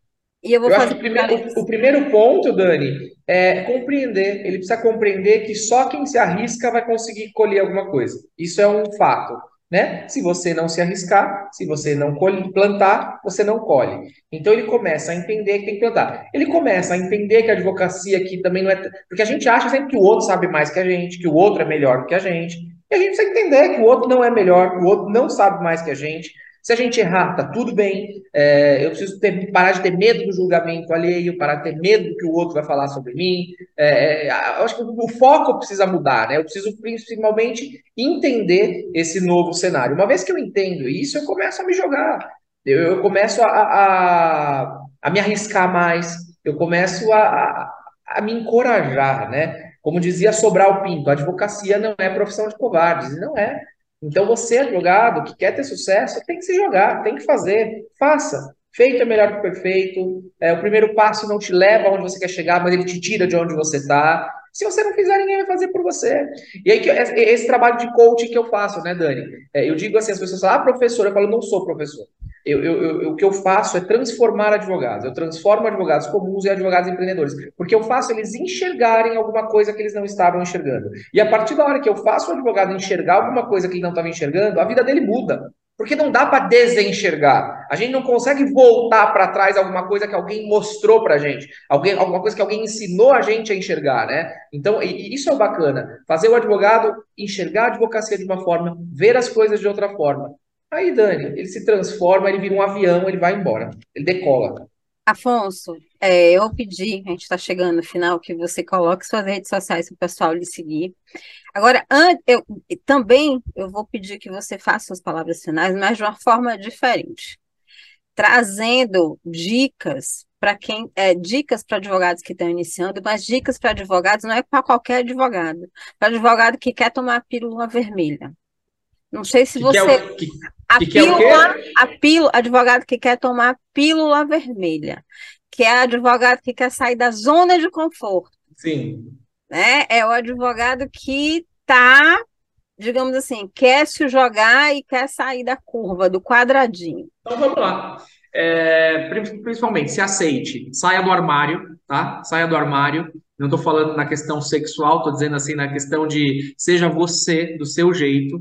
E eu vou Eu acho que fazer o para primeiro, o isso. primeiro ponto, Dani, é compreender. Ele precisa compreender que só quem se arrisca vai conseguir colher alguma coisa. Isso é um fato, né? Se você não se arriscar, se você não plantar, você não colhe. Então ele começa a entender que tem que plantar. Ele começa a entender que a advocacia aqui também não é. Porque a gente acha sempre que o outro sabe mais que a gente, que o outro é melhor que a gente. E a gente precisa entender que o outro não é melhor, que o outro não sabe mais que a gente. Se a gente errar, tá tudo bem. Eu preciso parar de ter medo do julgamento alheio, parar de ter medo do que o outro vai falar sobre mim. Eu acho que o foco precisa mudar, né? Eu preciso principalmente entender esse novo cenário. Uma vez que eu entendo isso, eu começo a me jogar. Eu começo a me arriscar mais. Eu começo a me encorajar, né? Como dizia Sobral Pinto, a advocacia não é profissão de covardes, e não é. Então, você, advogado, que quer ter sucesso, tem que se jogar, tem que fazer, faça. Feito é melhor que perfeito. O primeiro passo não te leva aonde você quer chegar, mas ele te tira de onde você está. Se você não fizer, ninguém vai fazer por você. E aí, esse trabalho de coaching que eu faço, né, Dani? Eu digo assim: as pessoas falam, professor, eu falo, não sou professor. O que eu faço é transformar advogados. Eu transformo advogados comuns em advogados empreendedores. Porque eu faço eles enxergarem alguma coisa que eles não estavam enxergando. E a partir da hora que eu faço o advogado enxergar alguma coisa que ele não estava enxergando, a vida dele muda. Porque não dá para desenxergar. A gente não consegue voltar para trás alguma coisa que alguém mostrou para a gente, alguma coisa que alguém ensinou a gente a enxergar, né? Então, isso é o bacana. Fazer o advogado enxergar a advocacia de uma forma, ver as coisas de outra forma. Aí, Dani, ele se transforma, ele vira um avião, ele vai embora, ele decola. Afonso, eu pedi, a gente está chegando no final, que você coloque suas redes sociais para o pessoal lhe seguir. Agora, também eu vou pedir que você faça as palavras finais, mas de uma forma diferente, trazendo dicas para advogados que estão iniciando, mas dicas para advogados não é para qualquer advogado, para advogado que quer tomar a pílula vermelha. Não sei se Que é você o que é o quê? advogado que quer tomar a pílula vermelha, que é advogado que quer sair da zona de conforto, Sim. né? É o advogado que está, digamos assim, quer se jogar e quer sair da curva, do quadradinho. Então vamos lá. Principalmente, se aceite, saia do armário, tá? Saia do armário. Não estou falando na questão sexual, estou dizendo assim na questão de seja você do seu jeito.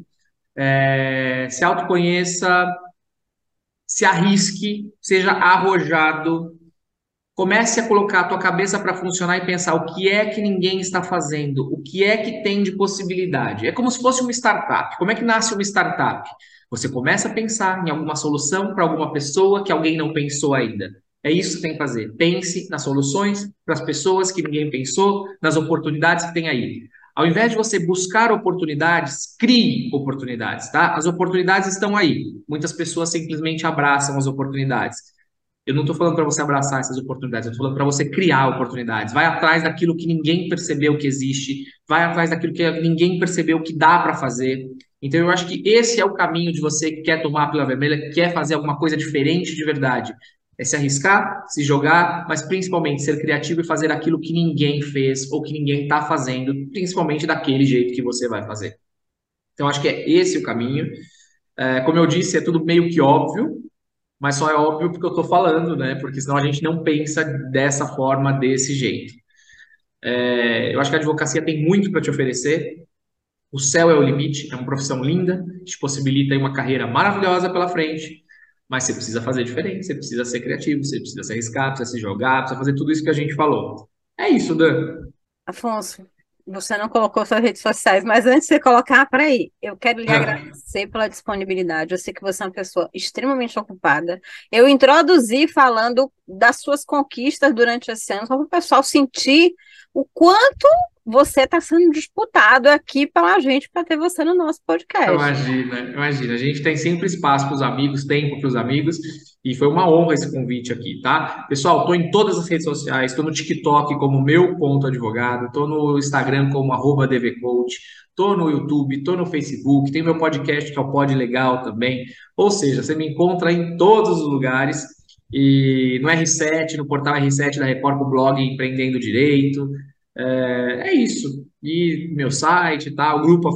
Se autoconheça, se arrisque, seja arrojado. Comece a colocar a tua cabeça para funcionar e pensar o que é que ninguém está fazendo, o que é que tem de possibilidade. É como se fosse uma startup. Como é que nasce uma startup? Você começa a pensar em alguma solução para alguma pessoa que alguém não pensou ainda. É isso que você tem que fazer. Pense nas soluções para as pessoas que ninguém pensou, nas oportunidades que tem aí. Ao invés de você buscar oportunidades, crie oportunidades, tá? As oportunidades estão aí. Muitas pessoas simplesmente abraçam as oportunidades. Eu não estou falando para você abraçar essas oportunidades, eu estou falando para você criar oportunidades. Vai atrás daquilo que ninguém percebeu que existe, vai atrás daquilo que ninguém percebeu que dá para fazer. Então, eu acho que esse é o caminho de você que quer tomar a pílula vermelha, quer fazer alguma coisa diferente de verdade. É se arriscar, se jogar, mas principalmente ser criativo e fazer aquilo que ninguém fez ou que ninguém está fazendo, principalmente daquele jeito que você vai fazer. Então, acho que é esse o caminho. Como eu disse, é tudo meio que óbvio, mas só é óbvio porque eu estou falando, né? Porque senão a gente não pensa dessa forma, desse jeito. Eu acho que a advocacia tem muito para te oferecer. O céu é o limite, é uma profissão linda, te possibilita aí uma carreira maravilhosa pela frente, mas você precisa fazer diferente, você precisa ser criativo, você precisa se arriscar, precisa se jogar, precisa fazer tudo isso que a gente falou. É isso, Dan. Afonso, você não colocou suas redes sociais, mas antes de você colocar, peraí, eu quero lhe agradecer pela disponibilidade. Eu sei que você é uma pessoa extremamente ocupada. Eu introduzi falando das suas conquistas durante esse ano, só para o pessoal sentir o quanto você está sendo disputado aqui pela gente para ter você no nosso podcast. Imagina, imagina. A gente tem sempre espaço para os amigos, tempo para os amigos, e foi uma honra esse convite aqui, tá? Pessoal, estou em todas as redes sociais, estou no TikTok como meu ponto advogado, estou no Instagram como @dvcoach, estou no YouTube, estou no Facebook, tem meu podcast que é o Pod Legal também. Ou seja, você me encontra em todos os lugares, e no R7, no portal R7 da Record, com o blog Empreendendo Direito. É isso. E meu site, tá? O grupo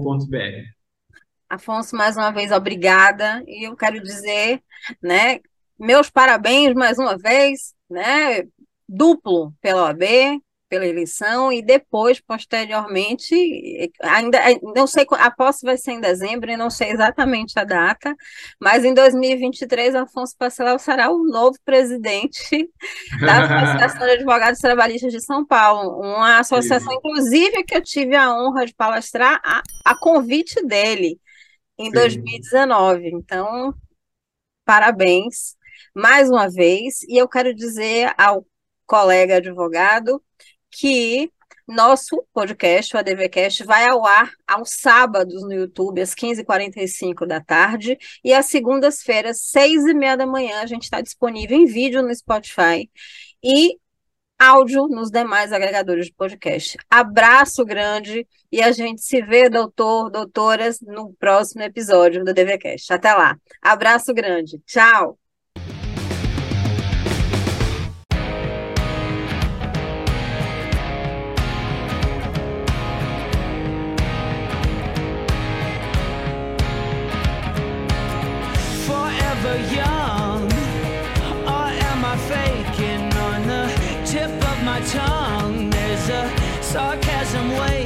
afonsopaciléu.com.br. Afonso, mais uma vez, obrigada. E eu quero dizer, né, meus parabéns mais uma vez, né? Duplo pela OAB, pela eleição, e depois, posteriormente, ainda não sei, a posse vai ser em dezembro, e não sei exatamente a data, mas em 2023, Afonso Pacelau será o novo presidente da Associação de Advogados Trabalhistas de São Paulo, uma associação, inclusive, que eu tive a honra de palestrar a convite dele em Sim. 2019. Então, parabéns mais uma vez. E eu quero dizer ao colega advogado que nosso podcast, o ADVcast, vai ao ar aos sábados no YouTube, às 15h45 da tarde, e às segundas-feiras, 6h30 da manhã, a gente está disponível em vídeo no Spotify e áudio nos demais agregadores de podcast. Abraço grande e a gente se vê, doutor, doutoras, no próximo episódio do DVCast. Até lá. Abraço grande. Tchau. Forever young, or am I faking? On the tip of my tongue, there's a sarcasm way